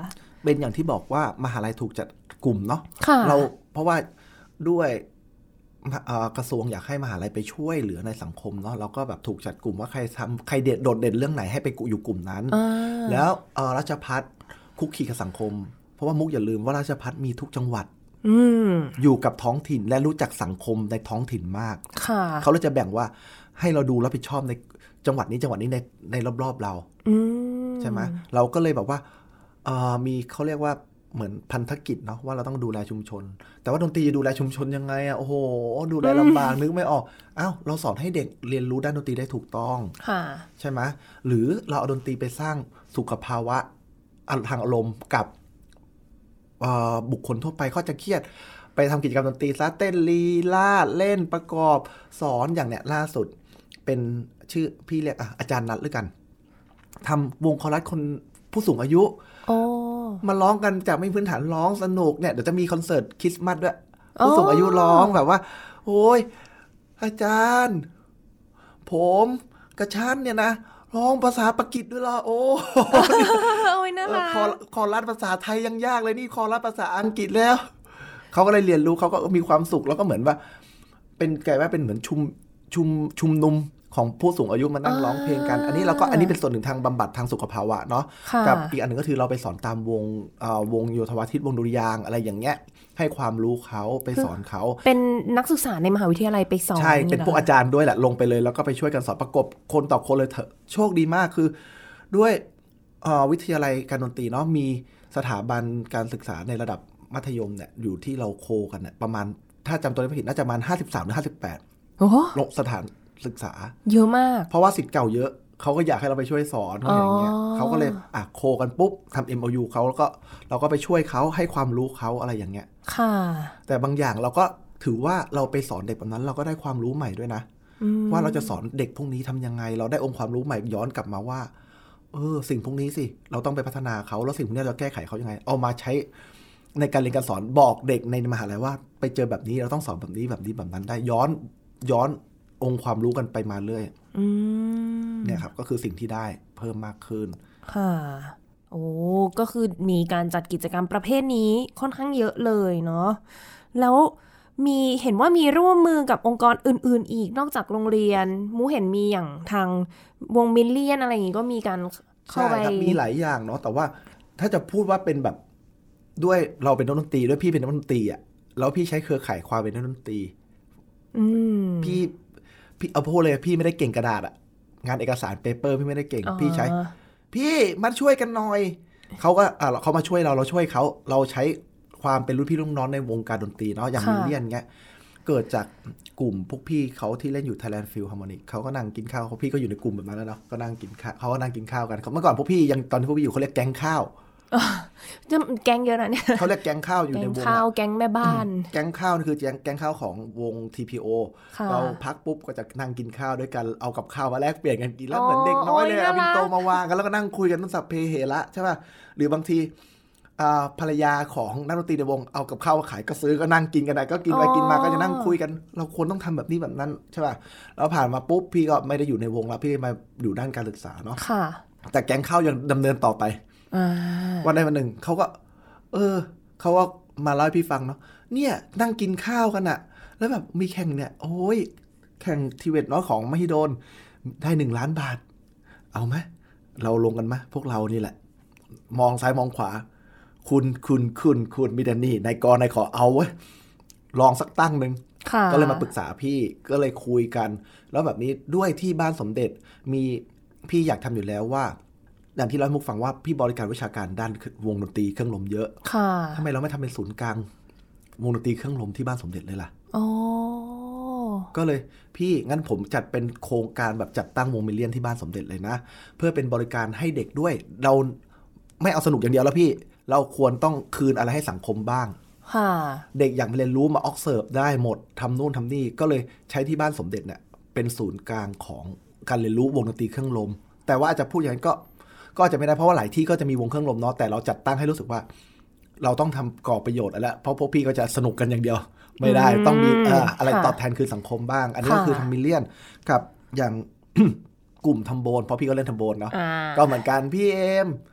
เป็นอย่างที่บอกว่ามหาลัยถูกจัดกลุ่มเนาะเราเพราะว่าด้วยกระทรวงอยากให้มหาลัยไปช่วยเหลือในสังคมเนาะเราก็แบบถูกจัดกลุ่มว่าใครโดดเด่นเรื่องไหนให้ไปอยู่กลุ่มนั้นแล้วราชภัฏคุกคีกับสังคมเพราะว่ามุกอย่าลืมว่าราชภัฏมีทุกจังหวัดอยู่กับท้องถิ่นและรู้จักสังคมในท้องถิ่นมากเขาเลยจะแบ่งว่าให้เราดูรับผิดชอบในจังหวัดนี้ในรอบๆเราใช่ไหมเราก็เลยแบบว่ามีเขาเรียกว่าเหมือนพันธกิจเนาะว่าเราต้องดูแลชุมชนแต่ว่าดนตรีดูแลชุมชนยังไงโอ้โหดูแลลำบากนึกไม่ออกเราสอนให้เด็กเรียนรู้ด้านดนตรีได้ถูกต้องใช่ไหมหรือเราเอาดนตรีไปสร้างสุขภาวะทางอารมณ์กับบุคคลทั่วไปเขาจะเครียดไปทำกิจกรรมดนตรีซะเต้นลีลาดเล่นประกอบสอนอย่างเนี้ยล่าสุดเป็นชื่อพี่เรียกอาจารย์นัดหรือกันทำวงคอรัสคนผู้สูงอายุมาร้องกันจากไม่พื้นฐานร้องสนุกเนี่ยเดี๋ยวจะมีคอนเสิร์ตคริสต์มาสด้วยผู้สูงอายุร้องแบบว่าโอ้ยอาจารย์ผมกระชั้นเนี่ยนะร้องภาษาปากีสด้วยล่ะโอ้ยน่ารักคอรัสภาษาไทยยังยากเลยนี่คอรัสภาษาอังกฤษแล้วเขาก็เลยเรียนรู้เขาก็มีความสุขแล้วก็เหมือนว่าเป็นกลายว่าเป็นเหมือนชุมนุมของผู้สูงอายุมานั่งร้องเพลงกันอันนี้เป็นส่วนหนึ่งทางบำบัดทางสุขภาวะเนาะกับอีกอันหนึ่งก็คือเราไปสอนตามวงโยธวาทิตวงดุริยางค์อะไรอย่างเงี้ยให้ความรู้เขาไปสอนเขาเป็นนักศึกษาในมหาวิทยาลัยไปสอนใช่เป็นพวกอาจารย์ด้วยแหละลงไปเลยแล้วก็ไปช่วยกันสอนประกบคนต่อคนเลยเถอะโชคดีมากคือด้วยวิทยาลัยการดนตรีเนาะมีสถาบันการศึกษาในระดับมัธยมเนี่ยอยู่ที่เราโคกันเนี่ยประมาณถ้าจำตัวไม่ผิดน่าจะประมาณ53หรือ58ลงสถานศึกษาเยอะมากเพราะว่าศิษย์เก่าเยอะเขาก็อยากให้เราไปช่วยสอนอะไรอย่างเงี้ยเขาก็เลยโคกันปุ๊บทำ MOU เขาแล้วก็เราก็ไปช่วยเขาให้ความรู้เขาอะไรอย่างเงี้ยค่ะแต่บางอย่างเราก็ถือว่าเราไปสอนเด็กแบบนั้นเราก็ได้ความรู้ใหม่ด้วยนะว่าเราจะสอนเด็กพวกนี้ทำยังไงเราได้องค์ความรู้ใหม่ย้อนกลับมาว่าสิ่งพวกนี้สิเราต้องไปพัฒนาเขาแล้วสิ่งพวกนี้เราแก้ไขเขายังไงเอามาใช้ในการเรียนการสอนบอกเด็กในมหาลัยว่าไปเจอแบบนี้เราต้องสอนแบบนี้แบบนั้นได้ย้อนองค์ความรู้กันไปมาเรื่อยเนี่ยครับก็คือสิ่งที่ได้เพิ่มมากขึ้นค่ะโอ้ก็คือมีการจัดกิจกรรมประเภทนี้ค่อนข้างเยอะเลยเนาะแล้วเห็นว่ามีร่วมมือกับองค์กรอื่นๆอีกนอกจากโรงเรียนมูเห็นมีอย่างทางวงมิลเลียนอะไรอย่างงี้ก็มีการเข้าไปมีหลายอย่างเนาะแต่ว่าถ้าจะพูดว่าเป็นแบบด้วยเราเป็นนักดนตรีด้วยพี่เป็นนักดนตรีอ่ะแล้วพี่ใช้เครือข่ายความเป็นนักดนตรีพี่เอาพูดเลยพี่ไม่ได้เก่งกระดาษอะงานเอกสารเปเปอร์พี่ไม่ได้เก่งพี่ใช้พี่มาช่วยกันหน่อยเขาก็เขามาช่วยเราช่วยเขาเราใช้ความเป็นรุ่นพี่รุ่นน้องในวงการดนตรีเนาะอย่างมิลเลียนเงี้ยเกิดจากกลุ่มพวกพี่เขาที่เล่นอยู่ Thailand Philharmonic เขาก็นั่งกินข้าวพี่ก็อยู่ในกลุ่มแบบนั้นแล้วเนาะก็นั่งกินข้าวเขาก็นั่งกินข้าวกันเมื่อก่อนพวกพี่ยังตอนที่พวกพี่อยู่เขาเรียกแก๊งข้าวแก๊งเยอะนะเนี่ยเขาเรียกแก๊งข้าวอยู่ในวงข้าวแก๊งแม่บ้านแก๊งข้าวนี่คือแก๊งข้าวของวง TPO เราพักปุ๊บก็จะนั่งกินข้าวด้วยกันเอากับข้าวมาแลกเปลี่ยนกันกินแล้วเหมือนเด็กน้อยเลยเอาปิ่นโตมาวางกันแล้วก็นั่งคุยกันตั้งสัพเพเหระใช่ป่ะหรือบางทีภรรยาของนักดนตรีในวงเอากับข้าวมาขายก็ซื้อก็นั่งกินกันได้ก็กินไปกินมาก็จะนั่งคุยกันเราควรต้องทำแบบนี้แบบนั้นใช่ป่ะแล้วผ่านมาปุ๊บพี่ก็ไม่ได้อยู่ในวงแล้วพี่มาอยู่ด้านการศึกษาเนาะแต่แก๊งข้าวยังดำเนินต่อไปวันใดวันหนึ่งเขาก็เขาก็มาเล่าให้พี่ฟังเนาะเนี่ยนั่งกินข้าวกันอะแล้วแบบมีแข่งเนี่ยโอ้ยแข่งทีเวทน้อยของมหิดลได้1 ล้านบาทเอาไหมเราลงกันไหมพวกเรานี่แหละมองซ้ายมองขวาคุณมีแต่นี่นายกนายขอเอาเว้ยลองสักตั้งนึงก็เลยมาปรึกษาพี่ก็เลยคุยกันแล้วแบบนี้ด้วยที่บ้านสมเด็จมีพี่อยากทำอยู่แล้วว่าอย่างที่เรามุกฟังว่าพี่บริการวิชาการด้านวงดนตรีเครื่องลมเยอะทำไมเราไม่ทำเป็นศูนย์กลางวงดนตรีเครื่องลมที่บ้านสมเด็จเลยล่ะก็เลยพี่งั้นผมจัดเป็นโครงการแบบจัดตั้งวงมิลเลียนที่บ้านสมเด็จเลยนะเพื่อเป็นบริการให้เด็กด้วยเราไม่เอาสนุกอย่างเดียวแล้วพี่เราควรต้องคืนอะไรให้สังคมบ้างเด็กอยากเรียนรู้มาobserveได้หมดทำนู่นทำนี่ก็เลยใช้ที่บ้านสมเด็จเนี่ยเป็นศูนย์กลางของการเรียนรู้วงดนตรีเครื่องลมแต่ว่าอาจจะพูดอย่างนั้นก็จะไม่ได้เพราะว่าหลายที่ก็จะมีวงเครื่องลมเนาะแต่เราจัดตั้งให้รู้สึกว่าเราต้องทำก่อประโยชน์แล้วเพราะพวกพี่ก็จะสนุกกันอย่างเดียวไม่ได้ต้องมีอะไรตอบแทนคือสังคมบ้างอันนี้ก็คือทำมิลเลียนกับอย่าง กลุ่มทำโบนเพราะพี่ก็เล่นทำโบนเนาะก็เหมือนกันพี่เอม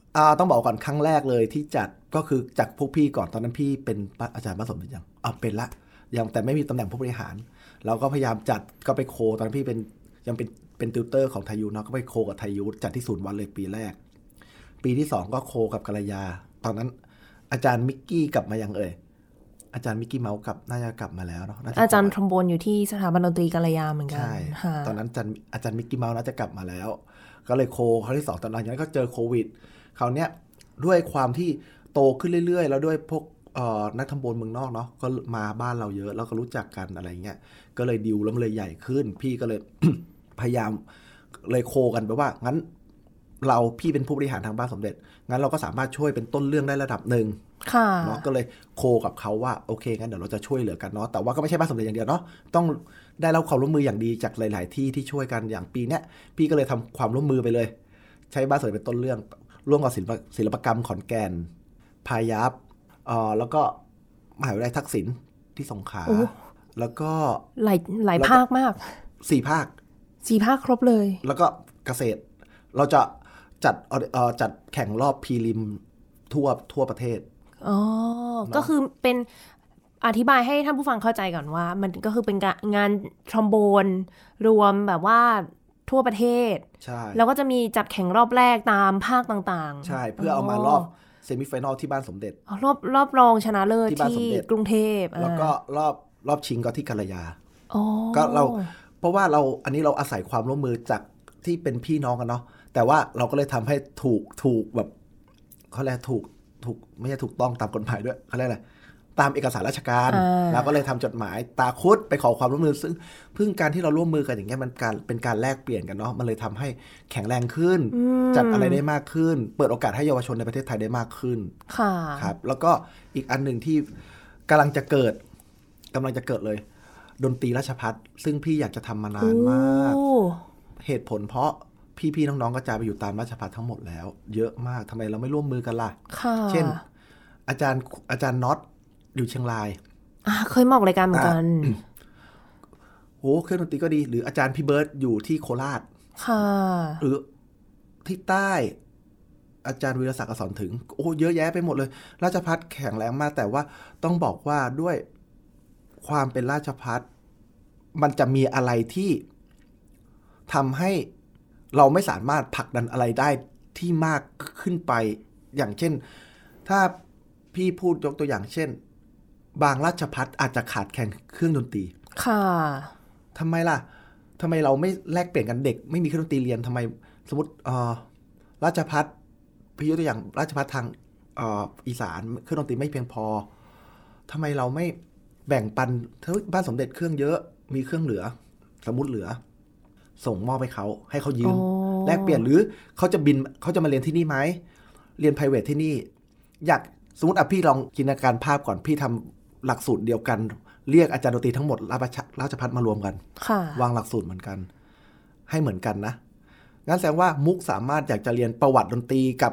ต้องบอกก่อนครั้งแรกเลยที่จัดก็คือจากพวกพี่ก่อนตอนนั้นพี่เป็นอาจารย์บ้านสมเด็จยังเป็นละยังแต่ไม่มีตำแหน่งผู้บริหารเราก็พยายามจัดก็ไปโคตอนนั้นพี่ยังเป็นติวเตอร์ของไทยยูเนาะก็ไปโคกับไทยยูจัดที่ศูนย์วันเลยปีแรกปีที่2ก็โคกับกัลยาตอนนั้นอาจารย์มิกกี้กลับมายังอาจารย์มิกกี้เมาส์น่าจะกลับมาแล้วเนาะอาจารย์ทรอมโบนอยู่ที่สถาบันดนตรีกัลยาเหมือนกันใช่ตอนนั้นอาจารย์มิกกี้เมาส์น่าจะกลับมาแล้วก็เลยโคครั้งที่2ตอนนั้นก็เจอโควิดคราวเนี้ยด้วยความที่โตขึ้นเรื่อยๆแล้วด้วยพวกนักทำโบนเมืองนอกเนาะก็มาบ้านเราเยอะแล้วก็รู้จักกันอะไรเงี้ยก็เลยดิวแล้วมันเลยใหญ่ขึ้นพี่ก็เลย พยายามเลยโคกันไปว่างั้นพี่เป็นผู้บริหารทางบ้านสมเด็จงั้นเราก็สามารถช่วยเป็นต้นเรื่องได้ระดับหนึ่งเนาะก็เลยโคกับเขาว่าโอเคงั้นเดี๋ยวเราจะช่วยเหลือกันเนาะแต่ว่าก็ไม่ใช่บ้านสมเด็จอย่างเดียวเนาะต้องได้รับความร่วมมืออย่างดีจากหลายๆที่ช่วยกันอย่างปีเนี้ยพี่ก็เลยทำความร่วมมือไปเลยใช้บ้านสมเด็จเป็นต้นเรื่องร่วมกับศิลปกรรมขอนแก่นพายัพแล้วก็มหาวิทยาลัยทักษิณที่สงขลาแล้วก็หลายภาคมาก 4 ภาคครบเลยแล้วก็เกษตรเราจะจัดแข่งรอบพรีลิมทั่วประเทศก็คือเป็นอธิบายให้ท่านผู้ฟังเข้าใจก่อนว่ามันก็คือเป็นงานทรอมโบนรวมแบบว่าทั่วประเทศใช่แล้วก็จะมีจัดแข่งรอบแรกตามภาคต่างๆใช่เพื่อเอามารอบเซมิไฟนอลที่บ้านสมเด็จรอบรองชนะเลิศที่กรุงเทพแล้วก็รอบชิงก็ที่กัลยาก็เราเพราะว่าอันนี้เราอาศัยความร่วมมือจากที่เป็นพี่น้องกันเนาะแต่ว่าเราก็เลยทำให้ถูกแบบเขาเรียกถูกไม่ใช่ถูกต้องตามกฎหมายด้วยเขาเรียกอะไรตามเอกสารราชการแล้วก็เลยทำจดหมายตาคุดไปขอความร่วมมือซึ่งเพิ่งการที่เราร่วมมือกันอย่างเงี้ยมันเป็นการแลกเปลี่ยนกันเนาะมันเลยทำให้แข็งแรงขึ้นจัดอะไรได้มากขึ้นเปิดโอกาสให้เยาวชนในประเทศไทยได้มากขึ้นครับแล้วก็อีกอันหนึ่งที่กำลังจะเกิดเลยดนตรีราชภัฏซึ่งพี่อยากจะทำมานานมากเหตุผลเพราะพี่น้องๆก็จะไปอยู่ตามราชภัฏทั้งหมดแล้วเยอะมากทำไมเราไม่ร่วมมือกันล่ะเช่นอาจารย์น็อตอยู่เชียงรายเคยมาออกรายการเหมือนกันโหเครื่องดนตรีก็ดีหรืออาจารย์พี่เบิร์ดอยู่ที่โคราชหรือที่ใต้อาจารย์วีรศักดิ์สอนถึงเยอะแยะไปหมดเลยราชภัฏแข็งแรงมากแต่ว่าต้องบอกว่าด้วยความเป็นราชภัฏมันจะมีอะไรที่ทำให้เราไม่สามารถผลักดันอะไรได้ที่มากขึ้นไปอย่างเช่นถ้าพี่พูดยกตัวอย่างเช่นบางราชภัฏอาจจะขาดแคลนเครื่องดนตรีทำไมล่ะทำไมเราไม่แลกเปลี่ยนกันเด็กไม่มีเครื่องดนตรีเรียนทำไมสมมติราชภัฏพี่ยกตัวอย่างราชภัฏทางอีสานเครื่องดนตรีไม่เพียงพอทำไมเราไม่แบ่งปันบ้านสมเด็จเครื่องเยอะมีเครื่องเหลือสมมุติเหลือส่งมอบให้เขายืมแลกเปลี่ยนหรือเขาจะมาเรียนที่นี่ไหมเรียน private ที่นี่อยากสมมติพี่ลองจินตนาการภาพก่อนพี่ทำหลักสูตรเดียวกันเรียกอาจารย์ดนตรีทั้งหมดราชภัฏมารวมกันวางหลักสูตรเหมือนกันให้เหมือนกันนะงั้นแสดงว่ามุกสามารถอยากจะเรียนประวัติดนตรีกับ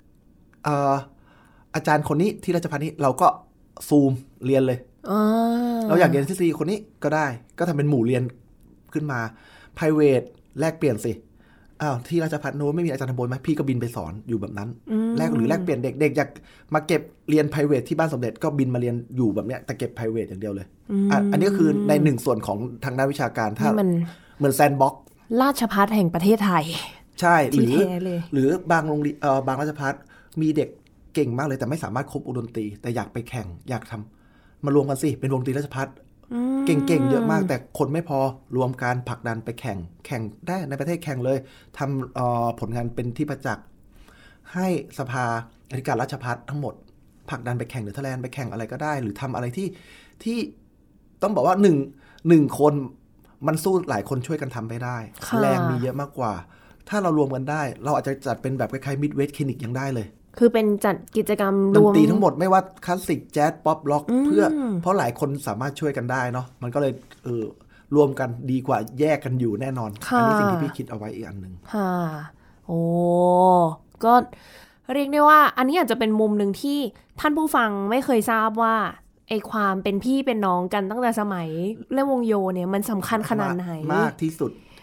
อาจารย์คนนี้ที่ราชภัฏนี้เราก็ซูมเรียนเลยเราอยากเรียนทฤษฎีคนนี้ก็ได้ก็ทำเป็นหมู่เรียนขึ้นมา private แลกเปลี่ยนสิที่ราชภัฏโน้นไม่มีอาจารย์ทำโบนไหมพี่ก็บินไปสอนอยู่แบบนั้นแลกเปลี่ยนเด็กอยากมาเก็บเรียน private ที่บ้านสมเด็จก็บินมาเรียนอยู่แบบเนี้ยแต่เก็บ private อย่างเดียวเลยอันนี้ก็คือในหนึ่งส่วนของทางด้านวิชาการถ้าเหมือนแซนด์บ็อกซ์ราชภัฏแห่งประเทศไทยใช่หรือบางโรงเรียนบางราชภัฏมีเด็กเก่งมากเลยแต่ไม่สามารถคบดนตรีแต่อยากไปแข่งอยากทำมารวมกันสิเป็นวงดนตรีราชภัฏเก่งๆเยอะมากแต่คนไม่พอรวมการผลักดันไปแข่งได้ในประเทศแข่งเลยทำผลงานเป็นที่ประจักษ์ให้สภาอธิการราชภัฏทั้งหมดผลักดันไปแข่งหรือทะเลนไปแข่งอะไรก็ได้หรือทำอะไรที่ต้องบอกว่าหนึ่งคนมันสู้หลายคนช่วยกันทำไปได้แรงมีเยอะมากกว่าถ้าเรารวมกันได้เราอาจจะจัดเป็นแบบคล้ายๆมิดเวสคลินิกยังได้เลยคือเป็นจัดกิจกรรมดนตรีทั้งหมดไม่ว่าคลาสสิกแจ๊สป๊อปร็อกเพราะหลายคนสามารถช่วยกันได้เนาะมันก็เลยรวมกันดีกว่าแยกกันอยู่แน่นอนอันนี้สิ่งที่พี่คิดเอาไว้อีกอันนึงค่ะโอ้ก็เรียกได้ว่าอันนี้อาจจะเป็นมุมนึงที่ท่านผู้ฟังไม่เคยทราบว่าไอ้ความเป็นพี่เป็นน้องกันตั้งแต่สมัยเล่นวงโยเนี่ยมันสำคัญขนาดไหนมากที่สุด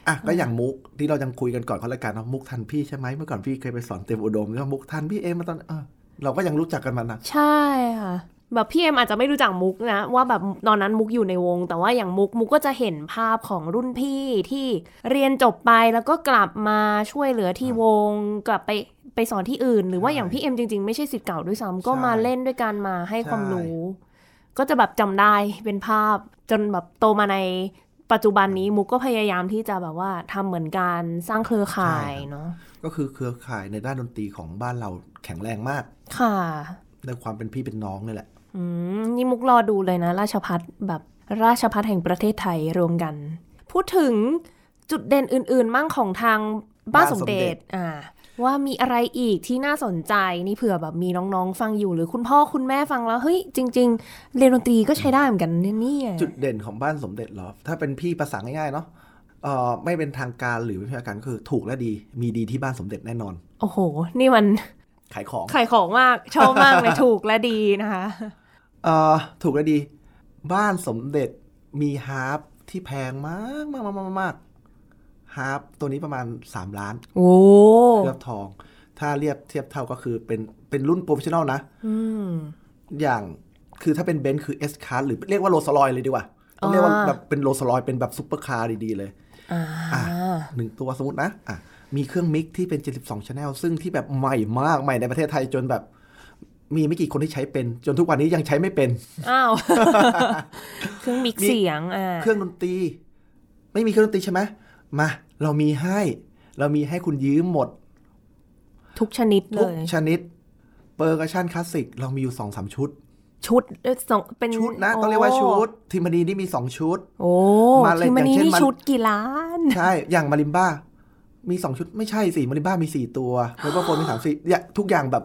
อ่ะก็อย่างมุกที่เรายังคุยกันก่อนเขารายการเนาะมุกทันพี่ใช่ไหมเมื่อก่อนพี่เคยไปสอนเตรียมอุดมแล้วมุกทันพี่เอมาตอนเราก็ยังรู้จักกันมานะใช่ค่ะแบบพี่เอ็มอาจจะไม่รู้จักมุกนะว่าแบบตอนนั้นมุกอยู่ในวงแต่ว่าอย่างมุกก็จะเห็นภาพของรุ่นพี่ที่เรียนจบไปแล้วก็กลับมาช่วยเหลือที่วงกลับไปสอนที่อื่นหรือว่าอย่างพี่เอ็มจริงๆไม่ใช่ศิษย์เก่าด้วยซ้ำก็มาเล่นด้วยกันมาให้ความรู้ก็จะแบบจำได้เป็นภาพจนแบบโตมาในปัจจุบันนี้มุกก็พยายามที่จะแบบว่าทำเหมือนกันสร้างเครือข่ายเนาะก็คือเครือข่ายในด้านดนตรีของบ้านเราแข็งแรงมากค่ะในความเป็นพี่เป็นน้องนี่แหละนี่มุกรอดูเลยนะราชภัฏแบบราชภัฏแห่งประเทศไทยรวมกันพูดถึงจุดเด่นอื่นๆมั่งของทางบ้านสมเด็จว่ามีอะไรอีกที่น่าสนใจนี่เผื่อแบบมีน้องๆฟังอยู่หรือคุณพ่อคุณแม่ฟังแล้วเฮ้ยจริงๆเรียนดนตรีก็ใช้ได้เหมือนกันเนี่ยจุดเด่นของบ้านสมเด็จเหรอถ้าเป็นพี่ภาษาง่ายๆเนาะไม่เป็นทางการหรือวิชาการก็คือถูกและดีมีดีที่บ้านสมเด็จแน่นอนโอ้โหนี่มันขายของมากชอบมากเลย ถูกและดีนะคะถูกและดีบ้านสมเด็จมีฮาร์ปที่แพงมากฮาร์ปตัวนี้ประมาณ3 ล้านโอ้เคลือบทองถ้าเทียบเท่าก็คือเป็นรุ่นโปรเฟชชั่นอลนะอย่างคือถ้าเป็นเบนซ์คือ S Class หรือเรียกว่าโรลส์รอยซ์เลยดีกว่าต้องเรียกว่าแบบเป็นโรลส์รอยซ์เป็นแบบซุปเปอร์คาร์ดีๆเลย1 ตัวสมมุตินะมีเครื่องมิกที่เป็น72 Channel ซึ่งที่แบบใหม่มากใหม่ในประเทศไทยจนแบบมีไม่กี่คนที่ใช้เป็นจนทุกวันนี้ยังใช้ไม่เป็นอ้าว เครื่องมิกเสียงเครื่องดนตรีไม่มีเครื่องดนตรีใช่ไหมมาเรามีให้คุณยืมหมดทุกชนิดเลยทุกชนิดเปอร์คัชชั่นคลาสสิกเรามีอยู่ 2-3 ชุดเป็นชุดนะต้องเรียกว่าชุดทิมานีนี่มี2ชุดโอ้ทิมานีนี่ชุดกี่ล้านใช่อย่างมาริมบ้ามี2ชุดไม่ใช่สิมาริมบ้ามี4ตัวไมโครโฟนมี3-4ทุกอย่างแบบ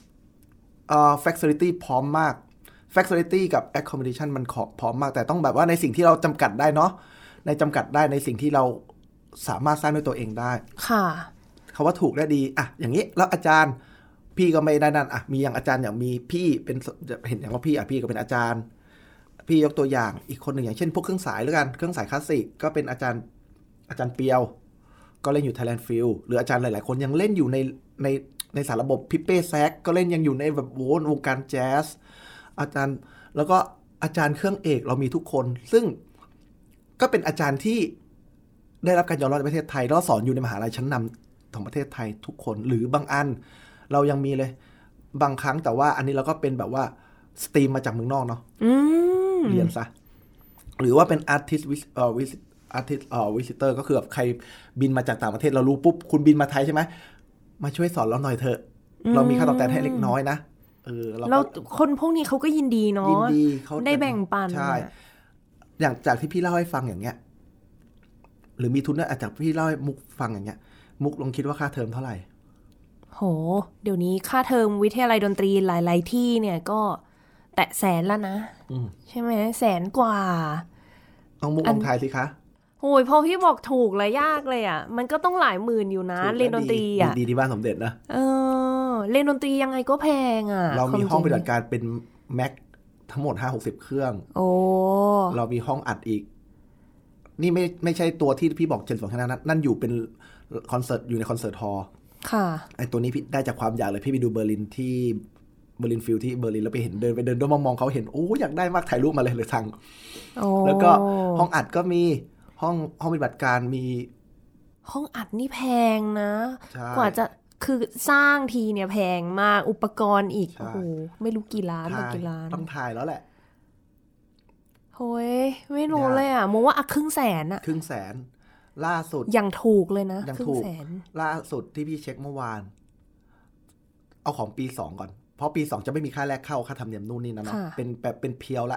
facility พร้อมมาก facility กับ accommodation มันพร้อมมากแต่ต้องแบบว่าในสิ่งที่เราจำกัดได้เนาะในจำกัดได้ในสิ่งที่เราสามารถสร้างด้วยตัวเองได้ค่ะคำว่าถูกและดีอย่างนี้แล้วอาจารย์พี่ก็ไม่ได้นั่นมีอย่างอาจารย์อย่างมีพี่เป็นเห็นอย่างว่าพี่ก็เป็นอาจารย์พี่ยกตัวอย่างอีกคนหนึ่งอย่างเช่นพวกเครื่องสายแล้วกันเครื่องสายคลาสสิกก็เป็นอาจารย์เปียวก็เล่นอยู่ Thailand Field หรืออาจารย์หลายๆคนยังเล่นอยู่ในสารระบบพิเป้แซกก็เล่นยังอยู่ในแบบวงการแจ๊สอาจารย์แล้วก็อาจารย์เครื่องเอกเรามีทุกคนซึ่งก็เป็นอาจารย์ที่ได้รับการยอมรับในประเทศไทยแล้วสอนอยู่ในมหาลัยชั้นนำของประเทศไทยทุกคนหรือบางอันเรายังมีเลยบางครั้งแต่ว่าอันนี้เราก็เป็นแบบว่าสตรีมมาจากเมืองนอกเนาะเรียนซะหรือว่าเป็นอาร์ติสต์วิสิเตอร์ก็คือแบบใครบินมาจากต่างประเทศเรารู้ปุ๊บคุณบินมาไทยใช่ไหมมาช่วยสอนเราหน่อยเถอะเรามีค่าตอบแทนให้เล็กน้อยนะแล้วคนพวกนี้เขาก็ยินดีเนาะยินดีเขาได้แบ่งปันใช่อย่างจากที่พี่เล่าให้ฟังอย่างเงี้ยหรือมีทุนเนี่ยจากพี่เล่าให้มุกฟังอย่างเงี้ยมุกลองคิดว่าค่าเทอมเท่าไหร่โหเดี๋ยวนี้ค่าเทอมวิทยาลัยดนตรีหลายๆที่เนี่ยก็แตะแสนแล้วนะใช่ไหม100,000 กว่าต้องมุกลองทายสิคะโอ้ยพอพี่บอกถูกแล้วยากเลยอ่ะมันก็ต้องหลายหมื่นอยู่นะเรียนดนตรีอ่ะดีที่บ้านสมเด็จนะเรียนดนตรียังไงก็แพงอ่ะเรามีห้องปฏิบัติการเป็นแม็กทั้งหมด 5-60 เครื่องโอ้เรามีห้องอัดอีกนี่ไม่ใช่ตัวที่พี่บอก72แค่นั้นนั่นอยู่เป็นคอนเสิร์ตอยู่ในคอนเสิร์ตฮอลล์ค่ะไอตัวนี้พี่ได้จากความอยากเลยพี่ไปดูเบอร์ลินที่เบอร์ลินฟิลที่เบอร์ลินแล้วไปเห็นเดินด้วยมองเขาเห็นโอ้อยากได้มากถ่ายรูปมาเลยทางแล้วก็ห้องอัดก็มีห้องปฏิบัติการมีห้องอัดนี่แพงนะกว่าจะคือสร้างทีเนี่ยแพงมากอุปกรณ์อีกโอ้โหไม่รู้กี่ล้านต้องถ่ายแล้วแหละโอ้ยไม่รู้เลยอ่ะมองว่า100,000อ่ะล่าสุดอย่างถูกเลยนะ 100,000ล่าสุดที่พี่เช็คเมื่อวานเอาของปี2ก่อนเพราะปี2จะไม่มีค่าแรกเข้าค่าธรรมเนียมนู่นนี่นะเนาะเป็นแบบเป็นเพียวละ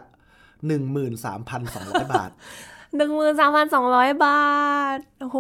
13,200 บาท 13,200 บาทโอ้โห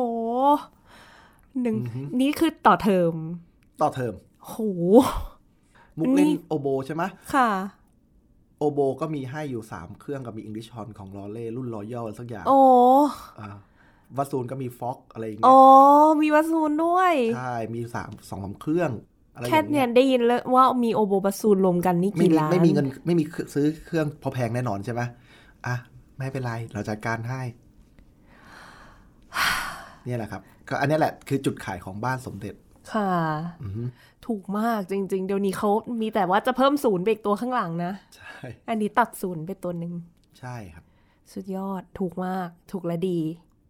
นี่คือต่อเทอมโหมุกเล่นโอโบใช่ไหมค่ะโอโบก็มีให้อยู่3เครื่องกับมี English Horn ของลอเล่รุ่น Royal สักอย่างโอ้วาซูนก็มีฟ็อกอะไรอย่างเงี้ยมีวาซูนด้วยใช่มี2-3 เครื่องแค่เนี่ยได้ยินแล้วว่ามีโอโบบาซูนรวมกันนี่กี่ล้านไม่มีเงินไม่มีซื้อเครื่องพอแพงแน่นอนใช่ไหมไม่เป็นไรเราจัดการให้เนี่ยแหละครับก็อันนี้แหละคือจุดขายของบ้านสมเด็จค่ะถูกมากจริงๆเดี๋ยวนี้เขามีแต่ว่าจะเพิ่มศูนย์ไปอีกตัวข้างหลังนะใช่อันนี้ตัดศูนย์ไปตัวนึงใช่ครับสุดยอดถูกมากถูกและดี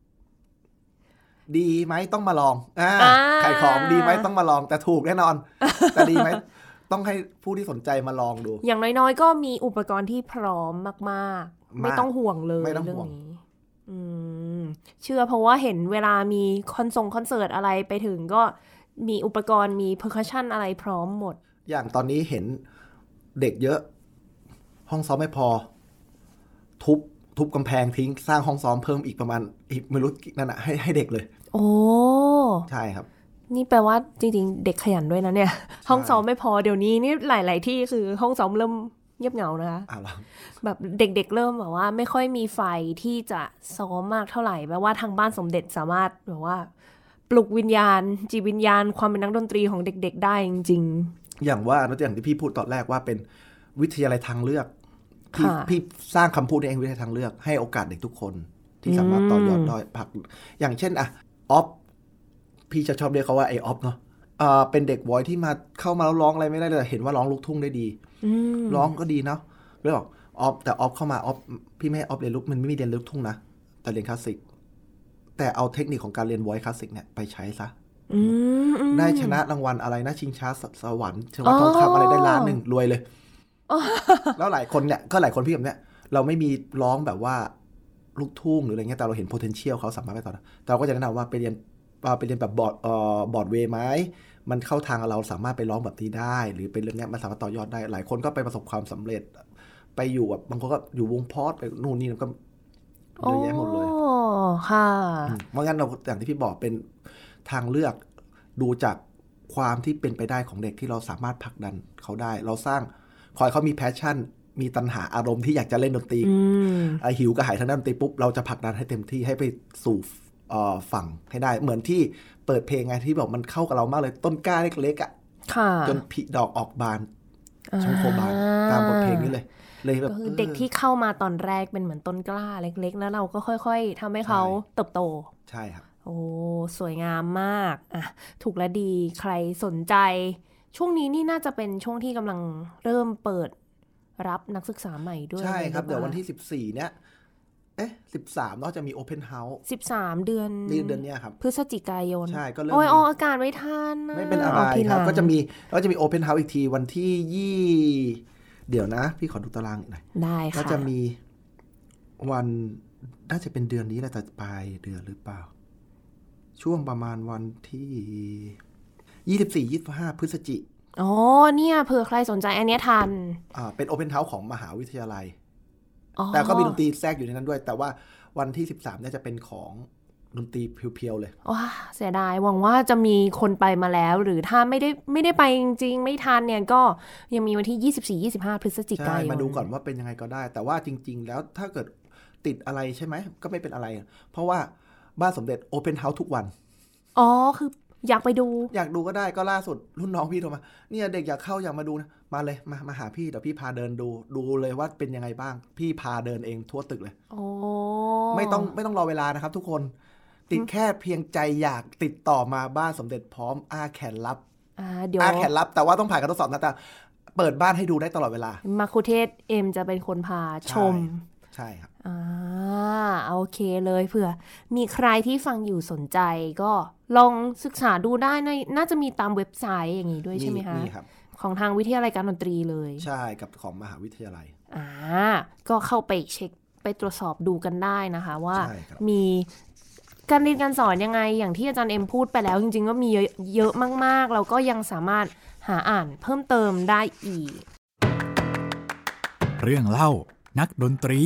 ไหมต้องมาลองขายของดีไหมต้องมาลองแต่ถูกแน่นอนแต่ดีไหมต้องให้ผู้ที่สนใจมาลองดูอย่างน้อยๆก็มีอุปกรณ์ที่พร้อมมากๆไม่ต้องห่วงเลยเรื่องนี้เชื่อเพราะว่าเห็นเวลามีคอนเสิร์ตอะไรไปถึงก็มีอุปกรณ์มีเพอร์คัชชั่นอะไรพร้อมหมดอย่างตอนนี้เห็นเด็กเยอะห้องซ้อมไม่พอทุบกำแพงทิ้งสร้างห้องซ้อมเพิ่มอีกประมาณอีกไม่รู้นั่นน่ะให้เด็กเลยโอ้ใช่ครับนี่แปลว่าจริงๆเด็กขยันด้วยนะเนี่ยห้องซ้อมไม่พอเดี๋ยวนี้นี่หลายๆที่คือห้องซ้อมเริ่มเงียบเหงานะคะแบบเด็กๆเริ่มแบบว่าไม่ค่อยมีไฟที่จะซ้อมมากเท่าไหร่แปลว่าทางบ้านสมเด็จสามารถแบบว่าปลุกวิญญาณจิตวิญญาณความเป็นนักดนตรีของเด็กๆได้จริงๆอย่างว่าอย่างที่พี่พูดตอนแรกว่าเป็นวิทยาลัยทางเลือกพี่สร้างคำพูดเองวิทยาลัยทางเลือกให้โอกาสเด็กทุกคนที่สามารถต่อยอดได้ผักอย่างเช่นออฟพี่จะชอบเรียกเขาว่าไอออฟเนาะเป็นเด็กบอยที่มาเข้ามาแล้วร้องอะไรไม่ได้เลยเห็นว่าร้องลูกทุ่งได้ดีร้องก็ดีเนาะเลยบอกออฟแต่ออฟเข้ามาออฟพี่ไม่ให้ออฟเรียนลูกมันไม่มีเรียนลูกทุ่งนะแต่เรียนคลาสสิกแต่เอาเทคนิคของการเรียนไวท์คลาสสิกเนี่ยไปใช้ซะได้ชนะรางวัลอะไรนะชิงช้าสวรรค์ชิงช้าทองคำอะไรได้1 ล้านรวยเลยแล้วหลายคนเนี่ยก็หลายคนพี่แบบเนี้ยเราไม่มีร้องแบบว่าลูกทุ่งหรืออะไรเงี้ยแต่เราเห็น potential เขาสามารถไปต่อได้แต่เราก็จะแนะนำว่าไปเรียนแบบบอร์ดเวย์ไหมมันเข้าทางเราสามารถไปร้องแบบนี้ได้หรือเป็นเรื่องนี้มันสามารถต่อยอดได้หลายคนก็ไปประสบความสำเร็จไปอยู่แบบบางคนก็อยู่วงพอดไปนู่นนี่ก็เยอะแยะหมดเลยค่ะเพราะงั้นเราอย่างที่พี่บอกเป็นทางเลือกดูจากความที่เป็นไปได้ของเด็กที่เราสามารถผลักดันเขาได้เราสร้างคอยเขามีแพชชั่นมีตัณหาอารมณ์ที่อยากจะเล่นดนตรีหิวกระหายทางด้านดนตรีปุ๊บเราจะผลักดันให้เต็มที่ให้ไปสู่ฝั่งให้ได้เหมือนที่เปิดเพลงไงที่บอกมันเข้ากับเรามากเลยต้นกล้าเล็กๆอ่ะจนผลิดอกออกบานชมโคบานตามบทเพลงนี้เลยแบบคือเด็กที่เข้ามาตอนแรกเป็นเหมือนต้นกล้าเล็กๆแล้วเราก็ค่อยๆทำให้เขาเติบโตใช่ครับโอ้สวยงามมากอ่ะถูกและดีใครสนใจช่วงนี้นี่น่าจะเป็นช่วงที่กำลังเริ่มเปิดรับนักศึกษาใหม่ด้วยใช่ครับเดี๋ยววันที่14เนี่ย13เราจะมี Open House 13เดือนนี้ครับพฤศจิกายนใช่ก็เริ่มออกอากาศไม่ทันไม่เป็นอะไรครับก็จะมี Open House อีกทีวันที่เดี๋ยวนะพี่ขอดูตารางหน่อยได้ค่ะก็จะมีวันน่าจะเป็นเดือนนี้แหละแต่ปลายเดือนหรือเปล่าช่วงประมาณวันที่24-25พฤศจิกายนอ๋อเนี่ยเผื่อใครสนใจอันนี้ทันเป็น Open House ของมหาวิทยาลัยแต่ก็มีดนตรีแทรกอยู่ในนั้นด้วยแต่ว่าวันที่13เนี่ยจะเป็นของดนตรีเพียวๆเลยว้าเสียดายหวังว่าจะมีคนไปมาแล้วหรือถ้าไม่ได้ไปจริงๆไม่ทันเนี่ยก็ยังมีวันที่24-25พฤศจิกายนใช่มาดูก่อนว่าเป็นยังไงก็ได้แต่ว่าจริงๆแล้วถ้าเกิดติดอะไรใช่ไหมก็ไม่เป็นอะไรเพราะว่าบ้านสมเด็จ Open House ทุกวันอ๋อคืออยากไปดูอยากดูก็ได้ก็ล่าสุดรุ่นน้องพี่โทรมาเนี่ยเด็กอยากเข้าอยากมาดูนะมาเลยมาหาพี่เดี๋ยวพี่พาเดินดูเลยว่าเป็นยังไงบ้างพี่พาเดินเองทั่วตึกเลยโอ้ไม่ต้องรอเวลานะครับทุกคนติดแค่เพียงใจอยากติดต่อมาบ้านสมเด็จพร้อมแขนรับเดี๋ยวแขนรับแต่ว่าต้องผ่านการทดสอบนะแต่เปิดบ้านให้ดูได้ตลอดเวลามาคุเทศเอ็มจะเป็นคนพาชมใช่ครับโอเคเลยเผื่อมีใครที่ฟังอยู่สนใจก็ลองศึกษาดูได้น่าจะมีตามเว็บไซต์อย่างนี้ด้วยใช่ไหมคะของทางวิทยาลัยการดนตรีเลยใช่กับของมหาวิทยาลัยก็เข้าไปเช็คไปตรวจสอบดูกันได้นะคะว่ามีการเรียนการสอนยังไงอย่างที่อาจารย์เอ็มพูดไปแล้วจริงๆก็มีเยอะมากๆเราก็ยังสามารถหาอ่านเพิ่มเติมได้อีกเรื่องเล่านักดนตรี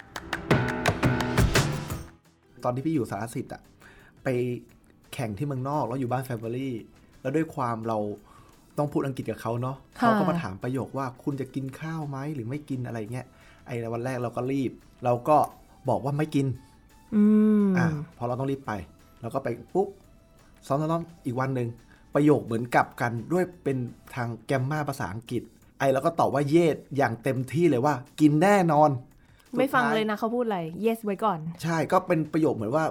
ตอนที่พี่อยู่สารสิทธิ์ไปแข่งที่เมืองนอกแล้วอยู่บ้านแฟมิลี่แล้วด้วยความเราต้องพูดอังกฤษกับเขาเนาะเขาก็มาถามประโยคว่าคุณจะกินข้าวไหมหรือไม่กินอะไรเงี้ยไอ้วันแรกเราก็รีบเราก็บอกว่าไม่กินพอเราต้องรีบไปเราก็ไปปุ๊บซ้อมอีกวันหนึ่งประโยคเหมือนกับกันด้วยเป็นทางแกมมาภาษาอังกฤษเราก็ตอบว่า yes อย่างเต็มที่เลยว่ากินแน่นอนไม่ฟังเลยนะเขาพูดอะไร yes ไว้ก่อนใช่ก็เป็นประโยคเหมือนว่าแบบคุณ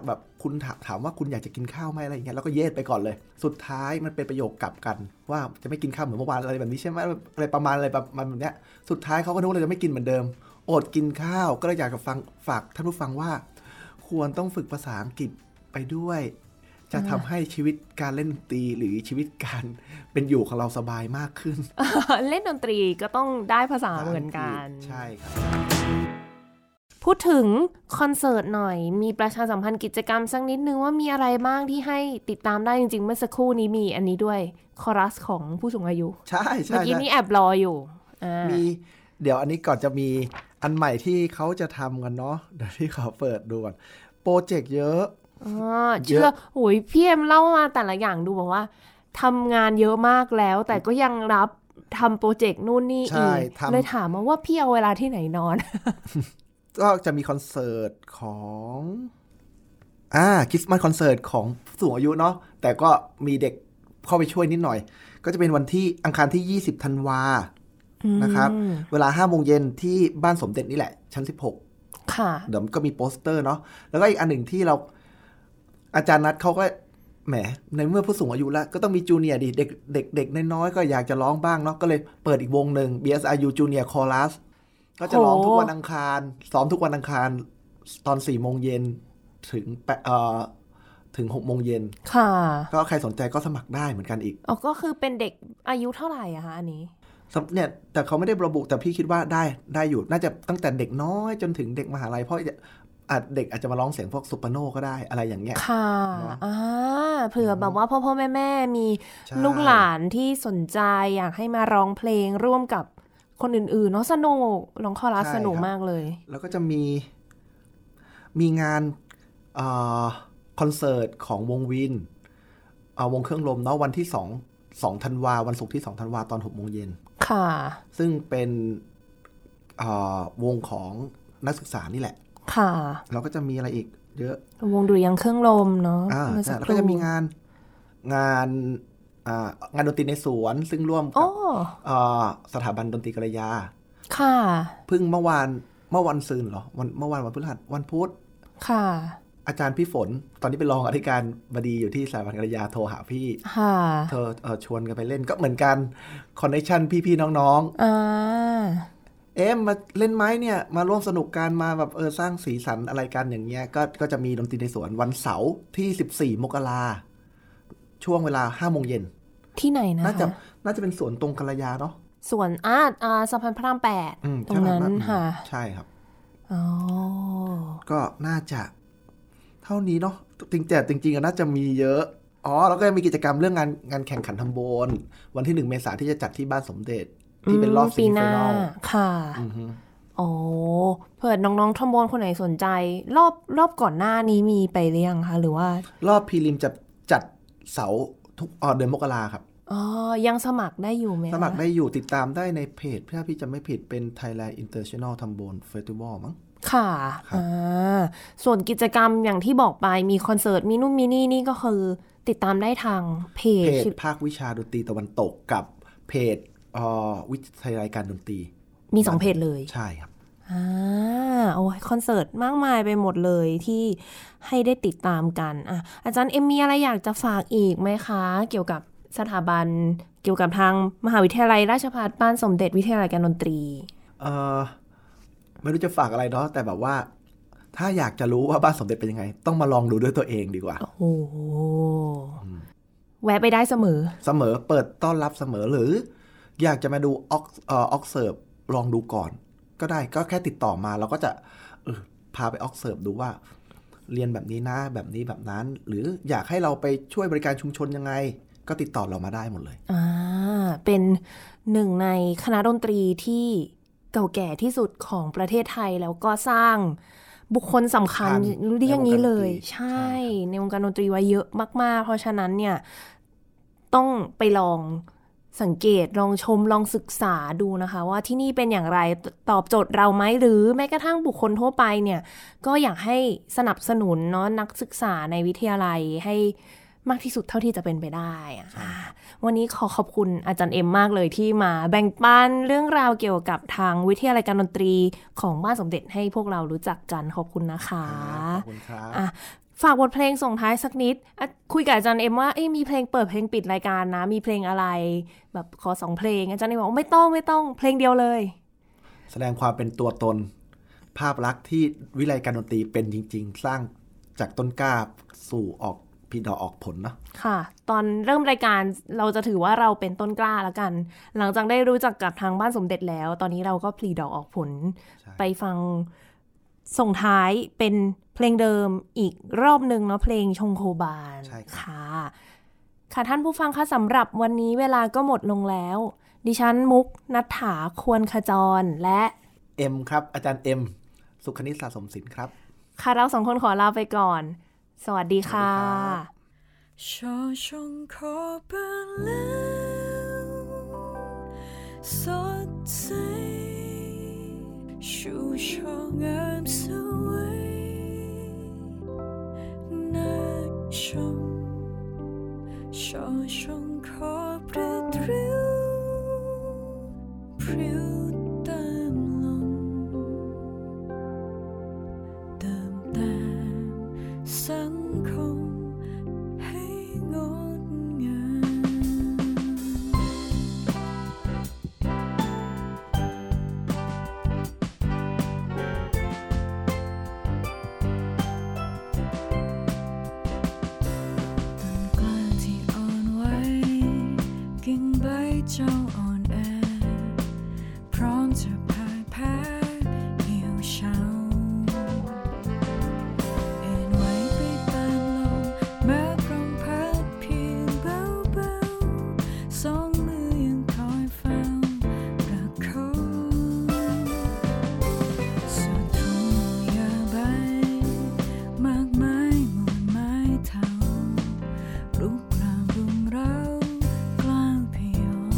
คุณถามว่าคุณอยากจะกินข้าวไหมอะไรอย่างเงี้ยแล้วก็เย็ดไปก่อนเลยสุดท้ายมันเป็นประโยคกลับกันว่าจะไม่กินข้าวเหมือนเมื่อวานอะไรแบบนี้ใช่ไหมอะไรประมาณแบบเนี้ยสุดท้ายเขาก็นึกว่าเราจะไม่กินเหมือนเดิมอดกินข้าวก็เลยอยากจะฝากท่านผู้ฟังว่าควรต้องฝึกภาษาอังกฤษไปด้วยจะทำให้ชีวิตการเล่นดนตรีหรือชีวิตการเป็นอยู่ของเราสบายมากขึ้นเล่นดนตรีก็ต้องได้ภาษาเหมือนกันใช่ครับพูดถึงคอนเสิร์ตหน่อยมีประชาสัมพันธ์กิจกรรมสักนิดนึงว่ามีอะไรบ้างที่ให้ติดตามได้จริงๆเมื่อสักครู่นี้มีอันนี้ด้วยคอรัสของผู้สูงอายุใช่เมื่อกี้นี้แอบรออยู่มีเดี๋ยวอันนี้ก่อนจะมีอันใหม่ที่เขาจะทำกันเนาะเดี๋ยวที่เขาเปิดดูก่อนโปรเจกต์เยอะเชื่อโอ้ยพี่เอ็มเล่ามาแต่ละอย่างดูบอกว่าทำงานเยอะมากแล้วแต่ก็ยังรับทำโปรเจกต์นู่นนี่อีกเลยถามว่าพี่เอาเวลาที่ไหนนอนก็จะมีคอนเสิร์ตของคริสต์มาสคอนเสิร์ตของผู้สูงอายุเนาะแต่ก็มีเด็กเข้าไปช่วยนิดหน่อยก็จะเป็นวันที่อังคารที่20ธันวานะครับเวลา 5:00 นที่บ้านสมเด็จนี่แหละชั้น16ค่ะเดี๋ยวก็มีโปสเตอร์เนาะแล้วก็อีกอันหนึ่งที่เราอาจารย์นัทเขาก็แหมในเมื่อผู้สูงอายุแล้วก็ต้องมีจูเนียร์ดิเด็กน้อยๆก็อยากจะร้องบ้างเนาะก็เลยเปิดอีกวงหนึ่ง BSRU Junior Chorus ก็จะร้องทุกวันอังคารซ้อมทุกวันอังคารตอน 4:00 นถึง 6:00 นค่ะก็ใครสนใจก็สมัครได้เหมือนกันอีกก็คือเป็นเด็กอายุเท่าไหร่อะคะอันนี้เนี่ยแต่เขาไม่ได้ระบุแต่พี่คิดว่าได้อยู่น่าจะตั้งแต่เด็กน้อยจนถึงเด็กมหาลัยเพราะเด็กอาจจะมาร้องเสียงพวกซุปเปอร์โนก็ได้อะไรอย่างเงี้ยค่ะเผื่อแบบว่าพ่อแม่มีลูกหลานที่สนใจอยากให้มาร้องเพลงร่วมกับคนอื่นๆเนาะสนุกร้องคอรัสสนุกมากเลยแล้วก็จะมีงานคอนเสิร์ตของวงวินวงเครื่องลมเนาะวันที่2ธันวาวันศุกร์ที่2ธันวาตอน 6:00 นค่ะซึ่งเป็นวงของนักศึกษานี่แหละค่ะเราก็จะมีอะไรอีกเยอะวงดุริยางค์เครื่องลมเนาะแล้วก็จะมีงานดนตรีในสวนซึ่งร่วมกับสถาบันดนตรีกัลยาค่ะเพิ่งเมื่อวันซืนเหรอเมื่อวานวันพฤหัสวันพุธค่ะอาจารย์พี่ฝนตอนนี้เป็นรองอธิการบดีอยู่ที่สถาบันกัลยาโทรหาพี่เธอชวนกันไปเล่นก็เหมือนกันคอนเนคชั่นพี่ๆน้องมาเล่นไหมเนี่ยมาร่วมสนุกกันมาแบบสร้างสีสันอะไรกันอย่างเงี้ยก็จะมีดนตรีในสวนวันเสาร์ที่14 มกราช่วงเวลา 5:00 นที่ไหนนะน่าจะเป็นสวนตรงกัลยาเนาะสวนสะพานพระราม 8ตรงนั้นค่ะใช่ครับก็น่าจะเท่านี้เนาะจริงๆน่าจะมีเยอะแล้วก็มีกิจกรรมเรื่องงานแข่งขันทำโบนวันที่1 เมษายนที่จะจัดที่บ้านสมเด็จที่เป็นรอบปีหน้าค่ะเผื่อน้องๆทอมโบนคนไหนสนใจรอบก่อนหน้านี้มีไปหรือยังคะหรือว่ารอบพรีลิมจะจัดเสาร์ทุกเดือนมกราครับยังสมัครได้อยู่ไหมสมัครได้อยู่ติดตามได้ในเพจถ้าพี่จำไม่ผิดเป็น Thailand International Trombone Festival มั้งค่ะส่วนกิจกรรมอย่างที่บอกไปมีคอนเสิร์ตมีนู่นมีนี่ก็คือติดตามได้ทางเพจภาควิชาดนตรีตะวันตกกับเพจวิทยาลัยการดนตรีมี2เพจเลยใช่ครับโอ้ยคอนเสิร์ตมากมายไปหมดเลยที่ให้ได้ติดตามกันอาจารย์มีอะไรอยากจะฝากอีกไหมคะเกี่ยวกับสถาบันเกี่ยวกับทางมหาวิทยาลัยราชภัฏบ้านสมเด็จวิทยาลัยการดนตรีไม่รู้จะฝากอะไรเนาะแต่แบบว่าถ้าอยากจะรู้ว่าบ้านสมเด็จเป็นยังไงต้องมาลองดูด้วยตัวเองดีกว่าโอ้แวะไปได้เสมอเปิดต้อนรับเสมอหรืออยากจะมาดูออกเซิร์ฟลองดูก่อนก็ได้ก็แค่ติดต่อมาเราก็จะพาไปออกเซิร์ฟดูว่าเรียนแบบนี้นะแบบนี้แบบนั้นหรืออยากให้เราไปช่วยบริการชุมชนยังไงก็ติดต่อเรามาได้หมดเลยเป็นหนึ่งในคณะดนตรีที่เก่าแก่ที่สุดของประเทศไทยแล้วก็สร้างบุคคลสำคัญเรียกอย่างนี้เลยใช่ในวงการดนตรีไว้เยอะมากๆเพราะฉะนั้นเนี่ยต้องไปลองสังเกตลองชมลองศึกษาดูนะคะว่าที่นี่เป็นอย่างไรตอบโจทย์เราไหมหรือแม้กระทั่งบุคคลทั่วไปเนี่ยก็อยากให้สนับสนุนเนาะนักศึกษาในวิทยาลัยให้มากที่สุดเท่าที่จะเป็นไปได้วันนี้ขอบคุณอาจารย์เอ็มมากเลยที่มาแบ่งปันเรื่องราวเกี่ยวกับทางวิทยาลัยการดนตรีของบ้านสมเด็จให้พวกเรารู้จักกันขอบคุณนะคะขอบคุณครับฝากบทเพลงส่งท้ายสักนิดคุยกับอาจารย์เอ็มว่ามีเพลงเปิดเพลงปิดรายการนะมีเพลงอะไรแบบขอ2เพลงอาจารย์เอ็มบอกไม่ต้องเพลงเดียวเลยแสดงความเป็นตัวตนภาพลักษณ์ที่วิไลการดนตรีเป็นจริงๆสร้างจากต้นกล้าสู่ออกพีดอกออกผลเนาะค่ะตอนเริ่มรายการเราจะถือว่าเราเป็นต้นกล้าแล้วกันหลังจากได้รู้จักกับทางบ้านสมเด็จแล้วตอนนี้เราก็พลีดอกออกผลไปฟังส่งท้ายเป็นเพลงเดิมอีกรอบนึงเนาะเพลงชงโคบานค่ะท่านผู้ฟังคะสำหรับวันนี้เวลาก็หมดลงแล้วดิฉันมุกณัฐฐาควรขจรและเอ็มครับอาจารย์เอ็มสุขนิษฐ์สะสมศิลป์ครับค่ะเรา2คนขอลาไปก่อนสวัสดีค่ะชอชงโคบานแล้วสดใสชูช่องามสวยน่าชมชอชงขอบเรือตริ้วพริ้วตามลมเติมแต่สังคมให้งดงามเจ้าอ่อนแอพร้อมจะพ่ายแพ้เหี่ยวเฉาเอ็นไว้ไปตามลมแม้พร่ำพัดเพียงเบาๆสองมือยังคอยเฝ้าประคองศัตรูอย่าใบมากมายมวลไม้เท่าลุกลามรุมเร้ากล้าวพยอง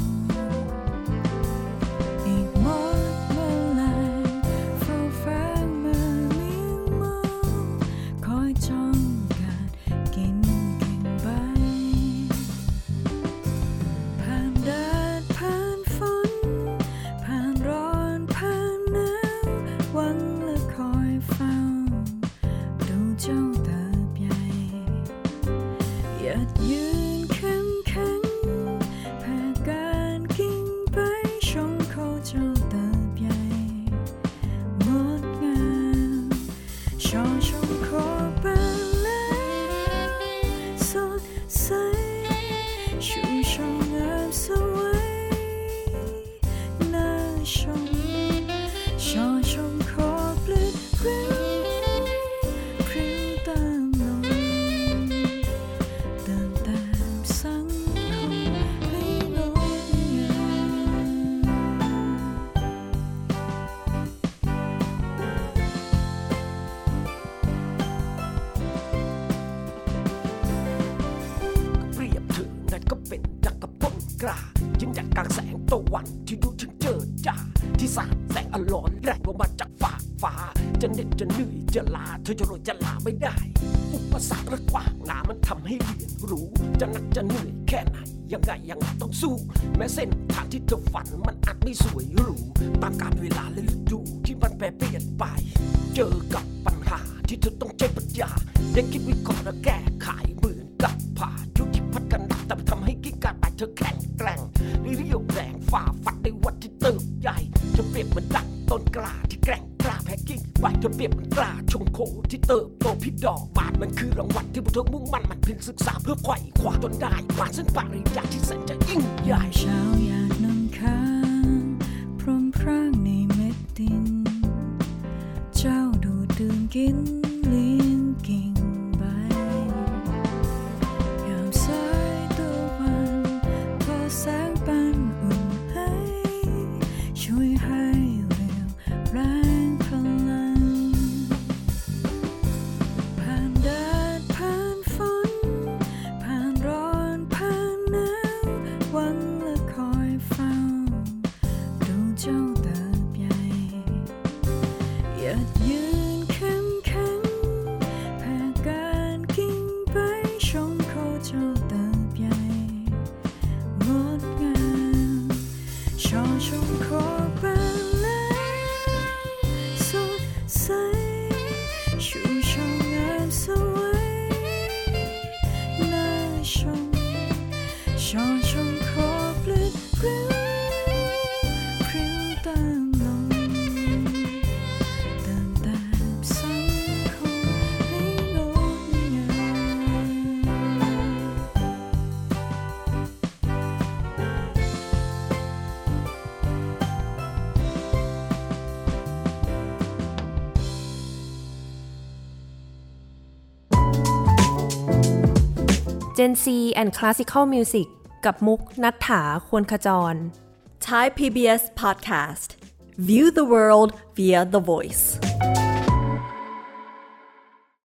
ยิ้มจากกลางแสงตะวันที่ดูถึงเจิดจ้าที่สาดแสงอลรแรงลงมาจากฟ้าจะเหน็ดจะเหนื่อยจะลาเธอจะรวยจะลาไม่ได้อุปสรรคระขวางหน้ามันทำให้เรียนรู้จะหนักจะเหนื่อยแค่ไหนยังไงต้องสู้แม้เส้นทางที่เธอฝันมันอาจไม่สวยหรูตามกาลเวลาและฤดูที่มันแปรเปลี่ยนไปเจอกับปัญหาที่เธอต้องใช้ปัญญาได้คิดวิเคราะห์และแก้ไขเหมือนกับพายุที่พัดกันดับแต่ทำให้กิ่งก้านใบเธอแข็งแกร่งเรียวแรงฝ่าฟันในวันที่เติบใหญ่เธอเปรียบเหมือนดังต้นกล้าที่แกร่งกล้าแพ้กิ่งใบเธอเปรียบเหมือนกล้าชงโคที่เติบโตพิดอกบานมันคือรางวัลที่พวกเธอมุ่งมั่นมันเพียงศึกษาเพื่อไขว่คว้าจนได้ผ่านเส้นปริญญาที่แสนจะยิ่งใหญ่เช้าอยากนอนค้างพร้อมพร่างในเม็ดดินเจ้าดูดดื่มกินเลี้ยงกิ่งใบยามสายตะวันทอแสงปันอุ่นให้ช่วยให้เรียวแรงพลังผ่านแดดผ่านฝนผ่านร้อนผ่านหนาวหวังและคอยเฝ้าดูเจ้าเติบใหญ่หยัดยืนเข้มแข็งแผ่การกิ่งใบชมเขาเจ้าเติบใหญ่งดงามช่อชมขอบานแล้วสดใสชูช่องงามสวย Gen Z and Classical Music กับมุกณัฐฐา ควรขจร Thai PBS Podcast View the world via the voice